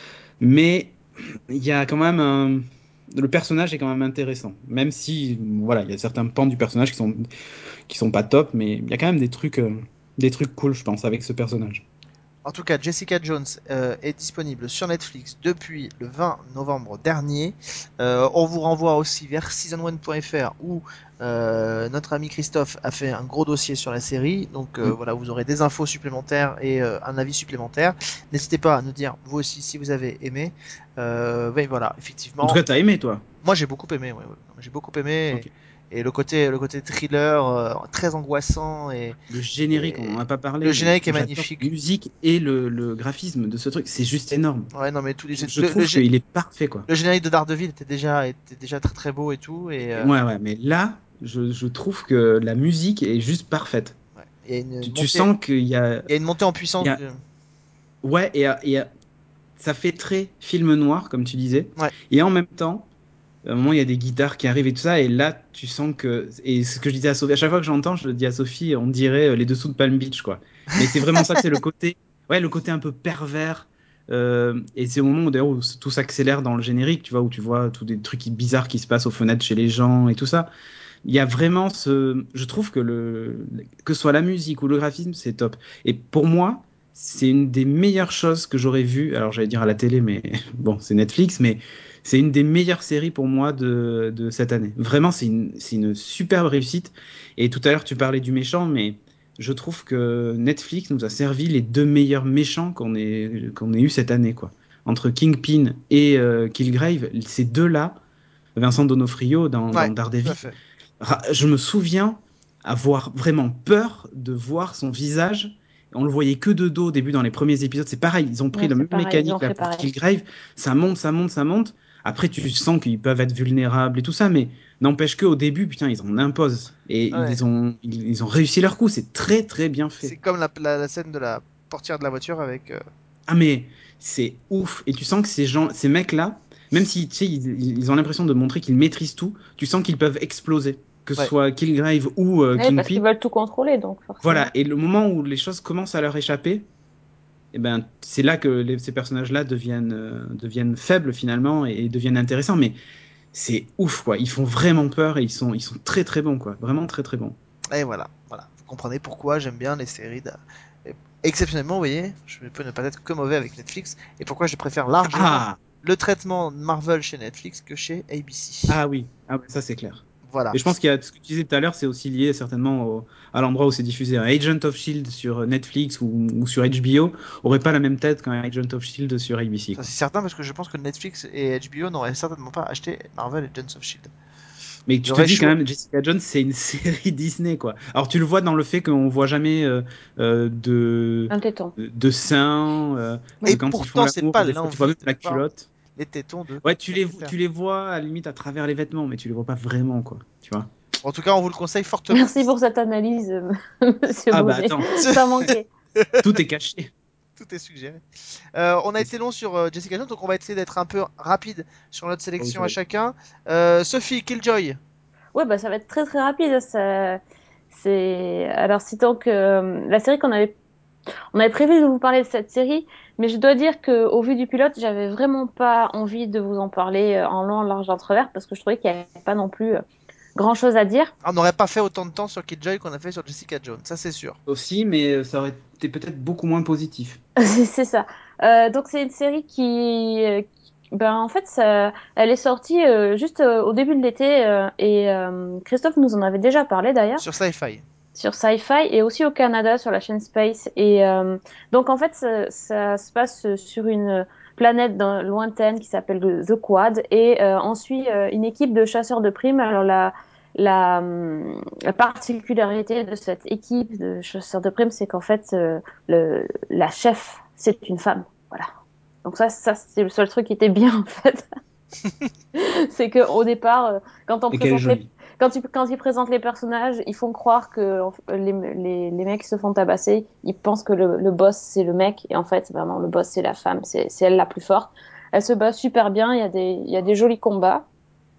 Mais il y a quand même un. Le personnage est quand même intéressant. Même si, voilà, il y a certains pans du personnage qui sont, qui sont pas top, mais il y a quand même des trucs, euh, des trucs cool, je pense, avec ce personnage. En tout cas, Jessica Jones euh, est disponible sur Netflix depuis le vingt novembre dernier. Euh, on vous renvoie aussi vers season one point f r où euh, notre ami Christophe a fait un gros dossier sur la série. Donc euh, Mm. voilà, vous aurez des infos supplémentaires et euh, un avis supplémentaire. N'hésitez pas à nous dire vous aussi si vous avez aimé. Euh, mais voilà, En tout effectivement, cas, t'as aimé, toi. moi j'ai beaucoup aimé. Ouais, ouais. J'ai beaucoup aimé Ok. et, et le côté le côté thriller euh, très angoissant et, Le générique, on et n'en a pas le parlé, mais ce générique que est j'adore, magnifique. musique et le, le graphisme de ce truc, c'est juste énorme. Ouais, non, mais tout Je, je le, le, trouve qu'il est parfait, quoi. le générique de Daredevil était déjà, était déjà très très beau et tout. Et, Et- euh, ouais, ouais, mais là, je, je trouve que la musique est juste parfaite. ouais. Il y a une Tu, tu montée, sens qu'il y a, il y a une montée en il y puissance. a, De- ouais, et, et ça fait très film noir, comme tu disais. Ouais, Et en même temps, à un moment, il y a des guitares qui arrivent et tout ça, et là, tu sens que, et ce que je disais à Sophie, à chaque fois que j'entends, je le dis à Sophie, on dirait euh, les dessous de Palm Beach, quoi. Mais c'est vraiment ça, c'est le côté, ouais, le côté un peu pervers. Euh, et c'est au moment où, d'ailleurs, où tout s'accélère dans le générique, tu vois, où tu vois tous des trucs bizarres qui se passent aux fenêtres chez les gens et tout ça. Il y a vraiment ce, je trouve que le, que ce soit la musique ou le graphisme, c'est top. Et pour moi, c'est une des meilleures choses que j'aurais vues. Alors, j'allais dire à la télé, mais bon, c'est Netflix, mais c'est une des meilleures séries pour moi de, de cette année. Vraiment, c'est une, c'est une superbe réussite. Et tout à l'heure, tu parlais du méchant, mais je trouve que Netflix nous a servi les deux meilleurs méchants qu'on ait, qu'on ait eu cette année, quoi. Entre Kingpin et euh, Killgrave, ces deux-là, Vincent D'Onofrio dans, ouais, dans tout à Daredevil, fait. ra- je me souviens avoir vraiment peur de voir son visage. On le voyait que de dos au début dans les premiers épisodes. C'est pareil, ils ont pris Non, la c'est même pareil, ils ont mécanique là fait pour pareil. Killgrave. Ça monte, ça monte, ça monte. Après, tu sens qu'ils peuvent être vulnérables et tout ça, mais n'empêche qu'au début, putain, ils en imposent. Et Ouais. ils ont, ils, ils ont réussi leur coup. C'est très, très bien C'est fait. comme la, la- la scène de la portière de la voiture avec. euh, Ah, mais c'est ouf. Et tu sens que ces gens, ces mecs-là, même si, tu sais, ils, ils ont l'impression de montrer qu'ils maîtrisent tout, tu sens qu'ils peuvent exploser. Que ce Ouais. soit Killgrave ou euh, Ouais, parce qu'ils Kingpin. veulent tout contrôler, donc Voilà. forcément. Et le moment où les choses commencent à leur échapper, eh ben, c'est là que les- ces personnages-là deviennent, euh, deviennent faibles finalement et, et deviennent intéressants. Mais c'est ouf, quoi. Ils font vraiment peur et ils sont, ils sont très très bons, quoi. Vraiment très très bons. Et voilà, voilà. Vous comprenez pourquoi j'aime bien les séries. d'a- et exceptionnellement, vous voyez, je ne peux ne pas être que mauvais avec Netflix. Et pourquoi je préfère largement Ah! le traitement de Marvel chez Netflix que chez A B C. Ah oui, ah, ouais, ça c'est clair. Voilà. Et je pense qu'il y a ce que tu disais tout à l'heure, c'est aussi lié certainement au- à l'endroit où c'est diffusé. Un Agent of Shield sur Netflix ou, ou sur H B O aurait pas la même tête qu'un Agent of Shield sur A B C, Ça c'est quoi. certain parce que je pense que Netflix et H B O n'auraient certainement pas acheté Marvel et Agents of Shield. Mais Ils tu te auraient dis quand choisi. même, Jessica Jones, c'est une série Disney, quoi. Alors tu le vois dans le fait qu'on voit jamais euh, euh, de, Un téton. de seins, euh, Et de quand ils font pourtant, c'est l'amour, pas des fois tu vois l'envie même de la voir culotte. les tétons de Ouais, tu les, Carpenter. tu les vois à la limite à travers les vêtements, mais tu les vois pas vraiment, quoi. Tu vois? En tout cas, on vous le conseille fortement. Merci pour cette analyse, euh, Monsieur Ah bah Baudet. attends, Ça manquait. tout est caché. Tout est suggéré. Euh, on a C'est été ça. long sur euh, Jessica Jones, donc on va essayer d'être un peu rapide sur notre Oh, sélection ça va à être- chacun. Euh, Sophie, Killjoy. Ouais, bah ça va être très très rapide. Ça... C'est alors si donc euh, la série qu'on avait on avait prévu de vous parler de cette série, mais je dois dire que au vu du pilote, j'avais vraiment pas envie de vous en parler euh, en long, en large, en travers parce que je trouvais qu'il n'y avait pas non plus euh, grand chose à dire. Ah, on n'aurait pas fait autant de temps sur Killjoy qu'on a fait sur Jessica Jones, ça c'est sûr. Aussi, mais ça aurait été peut-être beaucoup moins positif. C'est c'est ça. Euh, donc c'est une série qui, euh, qui- ben en fait ça, elle est sortie euh, juste euh, au début de l'été euh, et euh, Christophe nous en avait déjà parlé d'ailleurs Sur Sci-Fi. sur Sci-Fi et aussi au Canada sur la chaîne Space et euh, donc en fait ça, ça se passe sur une planète dans- lointaine qui s'appelle The Quad et euh, on suit euh, une équipe de chasseurs de primes. Alors la la, hum, la particularité de cette équipe de chasseurs de primes, c'est qu'en fait euh, le, la chef c'est une femme. Voilà. Donc ça, ça c'est le seul truc qui était bien en fait. C'est que au départ, euh, quand on Et qu'elle est présente les, jolie. quand ils, quand ils présentent les personnages, ils font croire que en fait, les, les, les mecs qui se font tabasser, ils pensent que le, le boss c'est le mec, et en fait, vraiment, le boss c'est la femme, c'est c'est elle la plus forte. Elle se bat super bien, il y a des, il y a des jolis combats,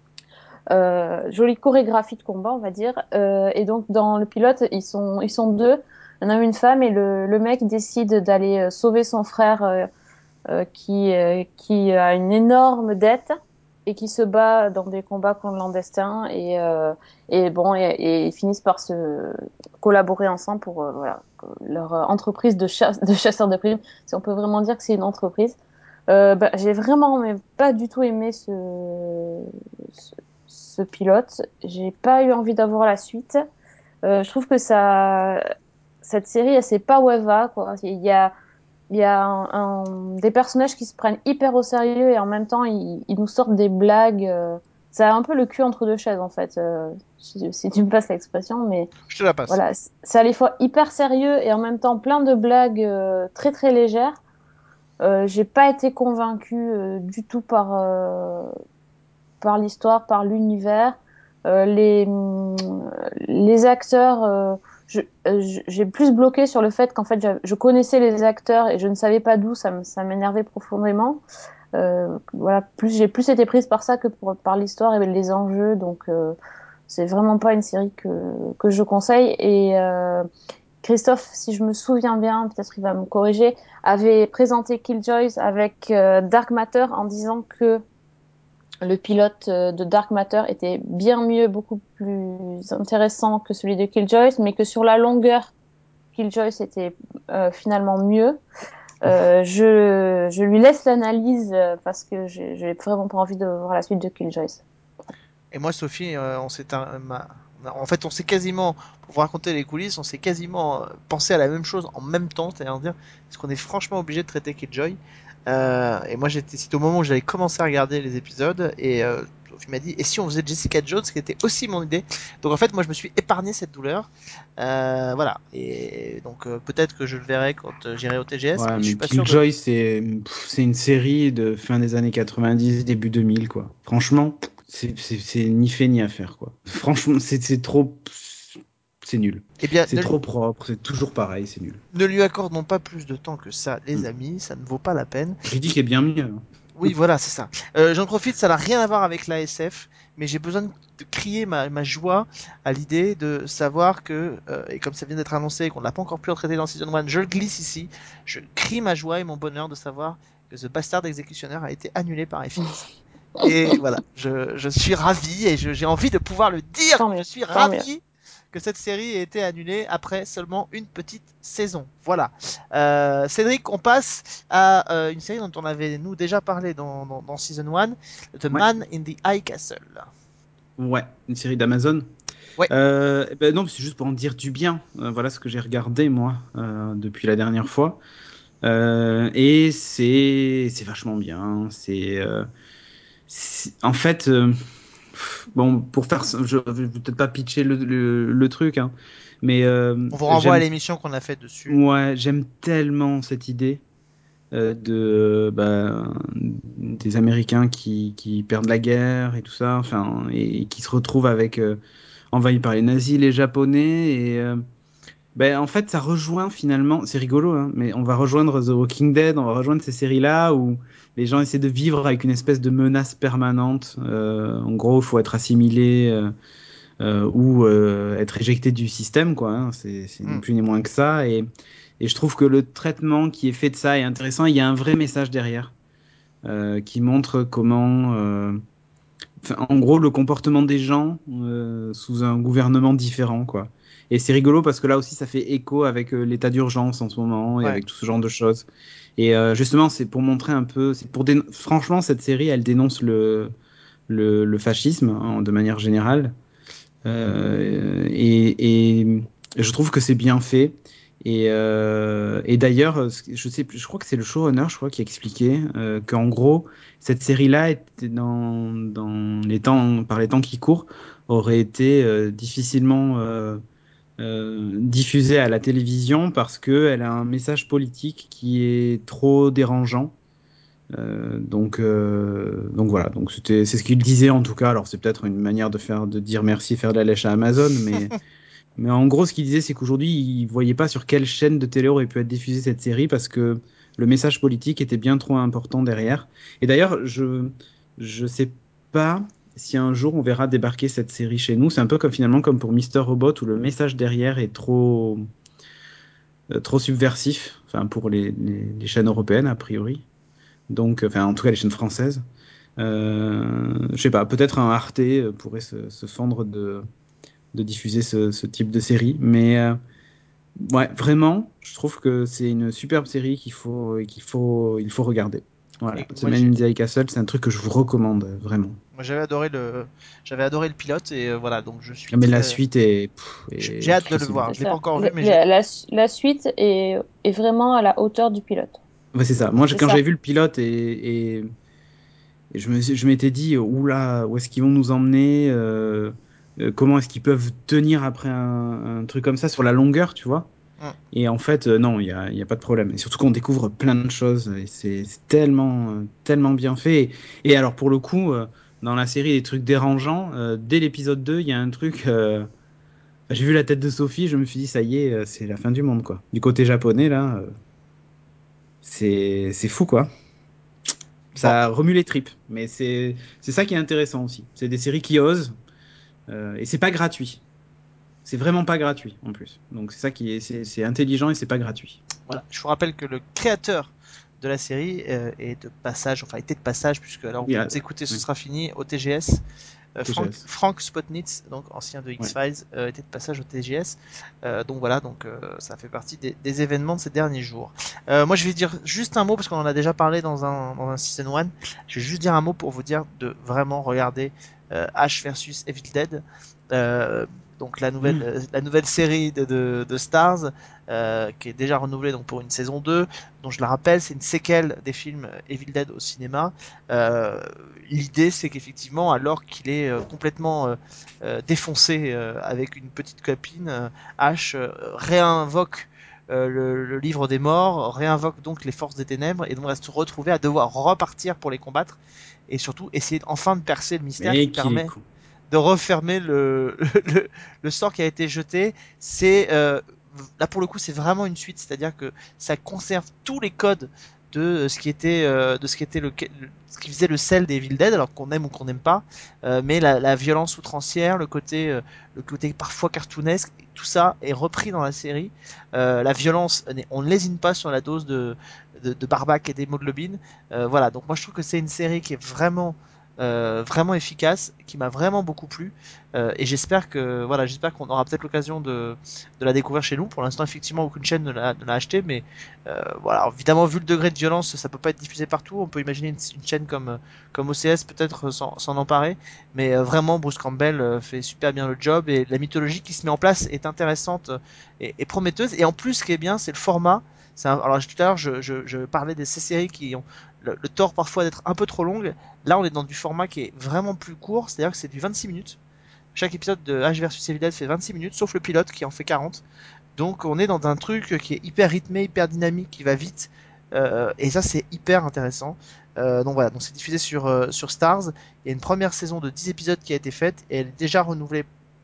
euh, jolie chorégraphie de combat, on va dire. Euh, et donc, dans le pilote, ils sont, ils sont deux, un homme et une femme, et le, le mec décide d'aller euh, sauver son frère euh, euh, qui, euh, qui a une énorme dette et qui se bat dans des combats contre le clandestin et, euh, et bon et, et ils finissent par se collaborer ensemble pour euh, voilà, leur euh, entreprise de, chasse, de chasseurs de primes, si on peut vraiment dire que c'est une entreprise. Euh, bah, j'ai vraiment mais pas du tout aimé ce, ce, ce pilote. J'ai pas eu envie d'avoir la suite. Euh, je trouve que ça, cette série, elle sait pas où elle va, quoi. Il y a il y a un, un- des personnages qui se prennent hyper au sérieux et en même temps ils, ils nous sortent des blagues. Euh, ça a un peu le cul entre deux chaises en fait, euh, si, si tu me passes l'expression, mais Je te la passe. voilà, c- c'est à la fois hyper sérieux et en même temps plein de blagues euh, très très légères. Euh, j'ai pas été convaincue euh, du tout par euh, par l'histoire, par l'univers. Euh, les, hum, les acteurs, euh, je- euh, je- j'ai plus bloqué sur le fait qu'en fait, j'avais- je connaissais les acteurs et je ne savais pas d'où, ça, me- ça m'énervait profondément. Euh, voilà, plus j'ai plus été prise par ça que pour, par l'histoire et les enjeux, donc euh, c'est vraiment pas une série que, que je conseille. Et euh, Christophe, si je me souviens bien, peut-être il va me corriger, avait présenté Killjoys avec euh, Dark Matter en disant que le pilote euh, de Dark Matter était bien mieux, beaucoup plus intéressant que celui de Killjoys, mais que sur la longueur, Killjoys était euh, finalement mieux. Euh, je, je lui laisse l'analyse euh, parce que j'ai j'ai vraiment pas envie de voir la suite de Killjoys. Et moi, Sophie, euh, on s'est un- ma- en fait, on s'est quasiment, pour vous raconter les coulisses, on s'est quasiment euh, pensé à la même chose en même temps, c'est-à-dire dire, est-ce qu'on est franchement obligé de traiter Killjoy? Euh, et moi, j'étais, c'était au moment où j'avais commencé à regarder les épisodes et euh, il m'a dit, et si on faisait Jessica Jones, qui était aussi mon idée. Donc en fait, moi, je me suis épargné cette douleur. Euh, voilà. Et donc euh, peut-être que je le verrai quand euh, j'irai au T G S, Ouais, mais je mais suis pas sûr de. Killjoy, c'est pff, c'est une série de fin des années quatre-vingt-dix, début deux mille, quoi. Franchement, c'est c'est- c'est ni fait ni à faire, quoi. Franchement, c'est c'est trop... C'est nul. Eh bien, C'est ne, trop propre, c'est toujours pareil, c'est nul. ne lui accordons pas plus de temps que ça, les Mm. amis. Ça ne vaut pas la peine. Riddick est bien mieux, hein. Oui, voilà, c'est ça. Euh, j'en profite, ça n'a rien à voir avec l'A S F, mais j'ai besoin de crier ma, ma joie à l'idée de savoir que, euh, et comme ça vient d'être annoncé et qu'on n'a pas encore pu en traiter dans Season un, je le glisse ici, je crie ma joie et mon bonheur de savoir que The Bastard Executioner a été annulé par F X. Et voilà, je, je suis ravi et je- j'ai envie de pouvoir le dire. Tant Je mieux, suis tant mieux. ravi que cette série ait été annulée après seulement une petite saison. Voilà. Euh, Cédric, on passe à euh, une série dont on avait nous déjà parlé dans, dans, dans Season un, The Ouais, Man in the High Castle. ouais, une série d'Amazon. Ouais. Euh, eh ben non, c'est juste pour en dire du bien. Euh, voilà ce que j'ai regardé, moi, euh, depuis la dernière fois. Euh, et c'est c'est vachement bien. C'est euh, c'est- en fait... euh, Bon, pour faire, ça, je vais peut-être pas pitcher le, le, le truc, hein, mais euh, On vous renvoie à j'aime, l'émission qu'on a fait dessus. ouais, j'aime tellement cette idée euh, de bah, des Américains qui, qui perdent la guerre et tout ça, enfin, et, qui se retrouvent avec euh, envahis par les nazis, les Japonais, et euh, ben, en fait, ça rejoint finalement, c'est rigolo, hein, mais on va rejoindre The Walking Dead, on va rejoindre ces séries-là où les gens essaient de vivre avec une espèce de menace permanente. Euh, en gros, il faut être assimilé. Euh, euh, ou euh, être éjecté du système, quoi. Hein. C'est, c'est ni Hmm. plus ni moins que ça. Et, et je trouve que le traitement qui est fait de ça est intéressant. Il y a un vrai message derrière euh, qui montre comment, euh, enfin, en gros, le comportement des gens euh, sous un gouvernement différent, quoi. Et c'est rigolo parce que là aussi, ça fait écho avec euh, l'état d'urgence en ce moment et Ouais. avec tout ce genre de choses. Et euh, justement, c'est pour montrer un peu, c'est pour dé... franchement, cette série, elle dénonce le, le, le fascisme hein, de manière générale. Euh, et, et je trouve que c'est bien fait. Et, euh, et d'ailleurs, je sais, plus- je crois que c'est le showrunner, je crois, qui a expliqué euh, qu'en gros, cette série-là était dans, dans les temps, par les temps qui courent, aurait été euh, difficilement euh, euh, diffusée à la télévision parce que elle a un message politique qui est trop dérangeant. Euh, donc, euh, donc voilà, donc c'était, c'est ce qu'il disait en tout cas. Alors c'est peut-être une manière de faire, de dire merci, faire de la lèche à Amazon, mais, mais en gros ce qu'il disait c'est qu'aujourd'hui il voyait pas sur quelle chaîne de télé aurait pu être diffusée cette série parce que le message politique était bien trop important derrière. Et d'ailleurs je je sais pas si un jour on verra débarquer cette série chez nous. C'est un peu comme finalement comme pour Mister Robot où le message derrière est trop euh, trop subversif, enfin pour les, les, les chaînes européennes a priori. Donc, enfin, en tout cas, les chaînes françaises. Euh, je sais pas, peut-être un Arte euh, pourrait se, se fendre de, de diffuser ce, ce type de série. Mais euh, ouais, vraiment, je trouve que c'est une superbe série qu'il faut, qu'il faut, il faut regarder. Voilà, Et The moi, Man j'ai, in the High Castle, c'est un truc que je vous recommande, vraiment. moi, j'avais adoré le, j'avais adoré le pilote et euh, voilà, donc je suis Ah, mais la très, suite est, pff, j'ai est hâte tout de le aussi bien. voir. C'est Je l'ai pas ça. encore vu, Le- mais j'ai. la, la, la suite est, est vraiment à la hauteur du pilote. Ouais, c'est ça. Moi, j'ai- C'est quand j'avais ça. vu le pilote et, et, et je me, je m'étais dit, oula, où est-ce qu'ils vont nous emmener euh, euh, comment est-ce qu'ils peuvent tenir après un, un truc comme ça sur la longueur, tu vois? Hmm. Et en fait, euh, non, il n'y a, il y a pas de problème. Et surtout qu'on découvre plein de choses. Et c'est c'est tellement, euh, tellement bien fait. Et, et alors, pour le coup, euh, dans la série des trucs dérangeants, euh, dès l'épisode deux, il y a un truc. euh, enfin, j'ai vu la tête de Sophie, je me suis dit, ça y est, euh, c'est la fin du monde, quoi. Du côté japonais, là, euh, c'est c'est fou, quoi. Bon, Ça remue les tripes. Mais c'est c'est ça qui est intéressant aussi. C'est des séries qui osent. Euh, et c'est pas gratuit. C'est vraiment pas gratuit, en plus. Donc, c'est ça qui est, c'est c'est intelligent et c'est pas gratuit. voilà. Je vous rappelle que le créateur de la série euh, est de passage, enfin était de passage puisque alors Oui, vous ah, nous écoutez, ce oui, sera fini au T G S. Euh, Frank, T G S. Frank Spotnitz, donc ancien de Ouais. X-Files, euh, était de passage au T G S. Euh, donc voilà, donc euh, ça fait partie des, des événements de ces derniers jours. Euh, moi, je vais dire juste un mot parce qu'on en a déjà parlé dans un, dans un season un. Je vais juste dire un mot pour vous dire de vraiment regarder euh, Ash versus Evil Dead. Euh, donc la nouvelle, Mmh. euh, la nouvelle série de, de, de Stars, euh, qui est déjà renouvelée donc pour une saison deux, dont je la rappelle, c'est une séquelle des films Evil Dead au cinéma. Euh, L'idée, c'est qu'effectivement, alors qu'il est euh, complètement euh, euh, défoncé euh, avec une petite copine, euh, Ash euh, réinvoque euh, le, le livre des morts, réinvoque donc les forces des ténèbres et donc va se retrouver à devoir repartir pour les combattre et surtout essayer enfin de percer le mystère qui Mais qu'il est permet con. de refermer le, le, le sort qui a été jeté. C'est euh, là pour le coup c'est vraiment une suite, c'est-à-dire que ça conserve tous les codes de ce qui était euh, de ce qui était le ce qui faisait le sel des Evil Dead, alors qu'on aime ou qu'on n'aime pas, euh, mais la, la violence outrancière, le côté euh, le côté parfois cartoonesque, tout ça est repris dans la série. Euh, la violence, on ne lésine pas sur la dose de de, de barbac et d'hémoglobine. Euh, voilà, donc moi je trouve que c'est une série qui est vraiment euh, vraiment efficace, qui m'a vraiment beaucoup plu, euh, et j'espère que voilà, j'espère qu'on aura peut-être l'occasion de, de la découvrir chez nous. Pour l'instant, effectivement, aucune chaîne ne l'a, ne l'a acheté, mais euh, voilà, alors, évidemment, vu le degré de violence, ça peut pas être diffusé partout. On peut imaginer une, une chaîne comme comme O C S peut-être s'en, s'en emparer, mais euh, vraiment, Bruce Campbell euh, fait super bien le job et la mythologie qui se met en place est intéressante euh, et, et prometteuse. Et en plus, ce qui est bien, c'est le format. C'est un- alors tout à l'heure, je, je, je parlais de ces séries qui ont le, le tort parfois d'être un peu trop longues. Là, on est dans du format qui est vraiment plus court, c'est-à-dire que c'est du vingt-six minutes. Chaque épisode de H versus Evil Dead fait vingt-six minutes, sauf le pilote qui en fait quarante. Donc, on est dans un truc qui est hyper rythmé, hyper dynamique, qui va vite. Euh, et ça, c'est hyper intéressant. Euh, donc voilà, donc c'est diffusé sur, euh, sur Stars. Il y a une première saison de dix épisodes qui a été faite et elle est déjà renouvelée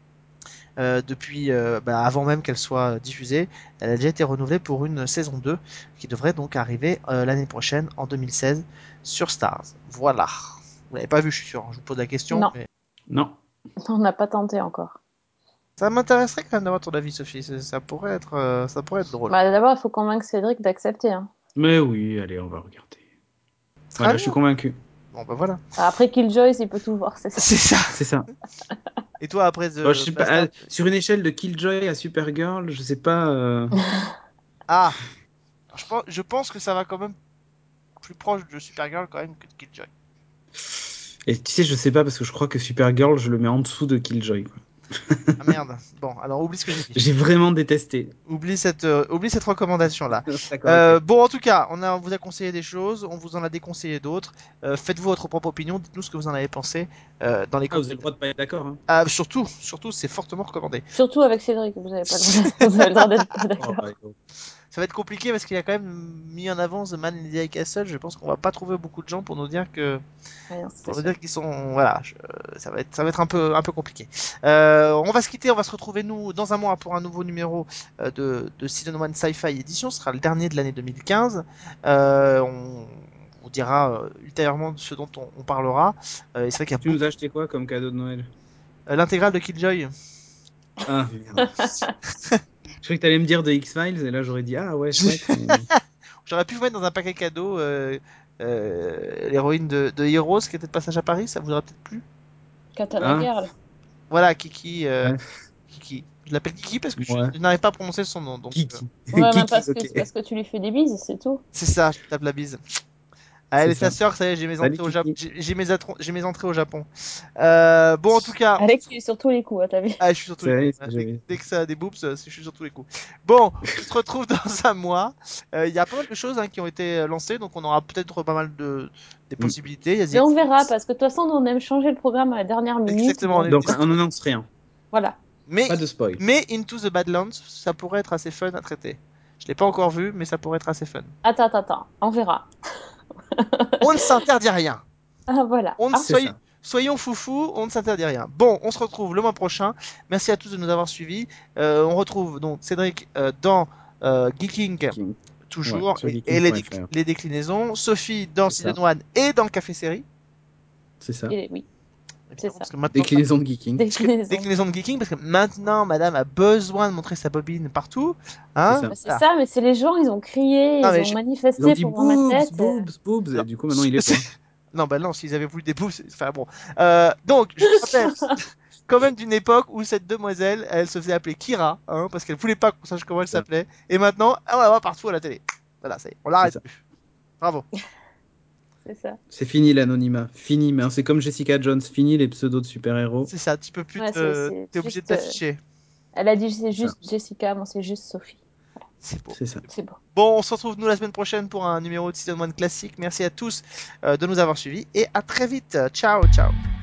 euh, depuis euh, bah, avant même qu'elle soit diffusée. Elle a déjà été renouvelée pour une saison deux qui devrait donc arriver euh, l'année prochaine en deux mille seize sur Stars. Voilà. Vous l'avez pas vu, je suis sûr, hein, je vous pose la question, Non, mais Non. on n'a pas tenté encore. ça m'intéresserait quand même d'avoir ton avis, Sophie. Ça, ça pourrait être, euh, ça pourrait être drôle. Bah, d'abord, il faut convaincre Cédric d'accepter, hein. Mais oui, allez, on va regarder. Très Voilà, je suis bien. convaincu. Bon, bah voilà. Après Killjoy, il peut tout voir, c'est ça. C'est ça. C'est ça. Et toi, après Bon, je The sais pas, Bastard? ah, sur une échelle de Killjoy à Supergirl, je sais pas. euh, Ah, je pense, je pense que ça va quand même plus proche de Supergirl quand même que de Killjoy. Et tu sais, je sais pas parce que je crois que Supergirl, je le mets en dessous de Killjoy, quoi. Ah merde. Bon, alors oublie ce que j'ai dit. J'ai vraiment détesté. Oublie cette, euh, oublie cette recommandation là. D'accord, ok. Euh, bon, en tout cas, on, a, on vous a conseillé des choses, on vous en a déconseillé d'autres. Euh, faites-vous votre propre opinion, dites-nous ce que vous en avez pensé euh, dans les Ah, vous avez le commentaires. droit de pas être d'accord, hein. Ah, surtout, surtout, c'est fortement recommandé. Surtout avec Cédric, vous avez pas le droit, vous avez le droit d'être pas Oh, d'accord. ouais, oh. Ça va être compliqué parce qu'il a quand même mis en avant The Man in the High Castle. Je pense qu'on va pas trouver beaucoup de gens pour nous dire que Ouais, non, c'est pour nous sûr. dire qu'ils sont voilà. je- ça va être ça va être un peu un peu compliqué. Euh, on va se quitter. On va se retrouver nous dans un mois pour un nouveau numéro euh, de de Season one Sci-Fi Edition. Ce sera le dernier de l'année deux mille quinze. Euh, on vous dira euh, ultérieurement de ce dont on, on parlera. Euh, et c'est vrai qu'il y a Tu nous beaucoup as acheté quoi comme cadeau de Noël? euh, l'intégrale de Killjoy. Ah, merde. Je croyais que t'allais me dire de X-Files et là j'aurais dit ah ouais, chouette, mais. J'aurais pu vous mettre dans un paquet cadeau euh, euh, l'héroïne de, de Heroes qui était de passage à Paris. Ça vous aurait peut-être plu. Katana Ah, Girl. Voilà, Kiki. euh, ouais, Kiki. Je l'appelle Kiki parce que je, ouais. je n'arrive pas à prononcer son nom. Donc, euh, Kiki. Ouais, mais Kiki, parce que, ok. parce que tu lui fais des bises, c'est tout. c'est ça, je lui tape la bise. Ah, elle C'est est sa ça. sœur, ça y est, j'ai mes Salut entrées au Japon. Kiki. J'ai j'ai mes, attro- j'ai mes entrées au Japon. Euh, bon, en tout cas, on se Alex, retrouve- il est sur tous les coups, hein, t'as vu. ah, je suis sur tous les coups. C'est Ouais, ça, Dès, j'avais. dès que ça a des boobs, euh, je suis sur tous les coups. Bon, on se retrouve dans un mois. Euh, Il y a pas mal de choses hein, qui ont été euh, lancées, donc on aura peut-être pas mal de des Mm. possibilités. Il y a Mais The on verra, X-Files. parce que de toute façon, nous, on aime changer le programme à la dernière minute, Exactement, on donc est Donc des- on n'annonce rien. voilà. Mais, Pas de spoil. mais Into the Badlands, ça pourrait être assez fun à traiter. Je l'ai pas encore vu, mais ça pourrait être assez fun. Attends, attends, attends, on verra. On ne s'interdit rien. Ah, voilà. On ne Ah, C'est soyons, ça. soyons foufous, on ne s'interdit rien. Bon, on se retrouve le mois prochain. Merci à tous de nous avoir suivis. Euh, on retrouve donc Cédric euh, dans euh, Geeking King. Ouais, toujours sur et, et les, déc- geeking point f r. les déclinaisons. Sophie dans C'est Season ça. one et dans Café Série. C'est ça. et oui, c'est Évidemment, ça. parce que maintenant, Déclinaison de geeking. parce que- Déclinaison. déclinaison de Geeking, parce que maintenant, madame a besoin de montrer sa bobine partout. C'est Hein? ça. Bah, c'est Voilà. ça, mais c'est les gens, ils ont crié, Non, ils mais ont je- Ils ont manifesté dit pour voir ma boobs, tête. euh. boobs, boobs. Et alors, du coup, maintenant, il est c'est- point. non, bah non, s'ils avaient voulu des bouffes, c'est- enfin bon. Euh, donc, je vous rappelle, quand même d'une époque où cette demoiselle, elle se faisait appeler Kira, hein, parce qu'elle voulait pas qu'on sache comment elle C'est ça. s'appelait. Et maintenant, on la voit partout à la télé. Voilà, ça y est, on C'est l'arrête ça. plus. Bravo. c'est ça. C'est fini l'anonymat. Fini. Mais c'est comme Jessica Jones. Fini les pseudos de super-héros. C'est ça, tu peux plus Ouais, c'est te... c'est T'es obligé de juste. euh, t'afficher. Elle a dit c'est C'est ça. juste Jessica, moi c'est juste Sophie. C'est beau. C'est ça. C'est bon. Bon, on se retrouve nous la semaine prochaine pour un numéro de Season un classique. Merci à tous euh, de nous avoir suivis et à très vite. Ciao, ciao.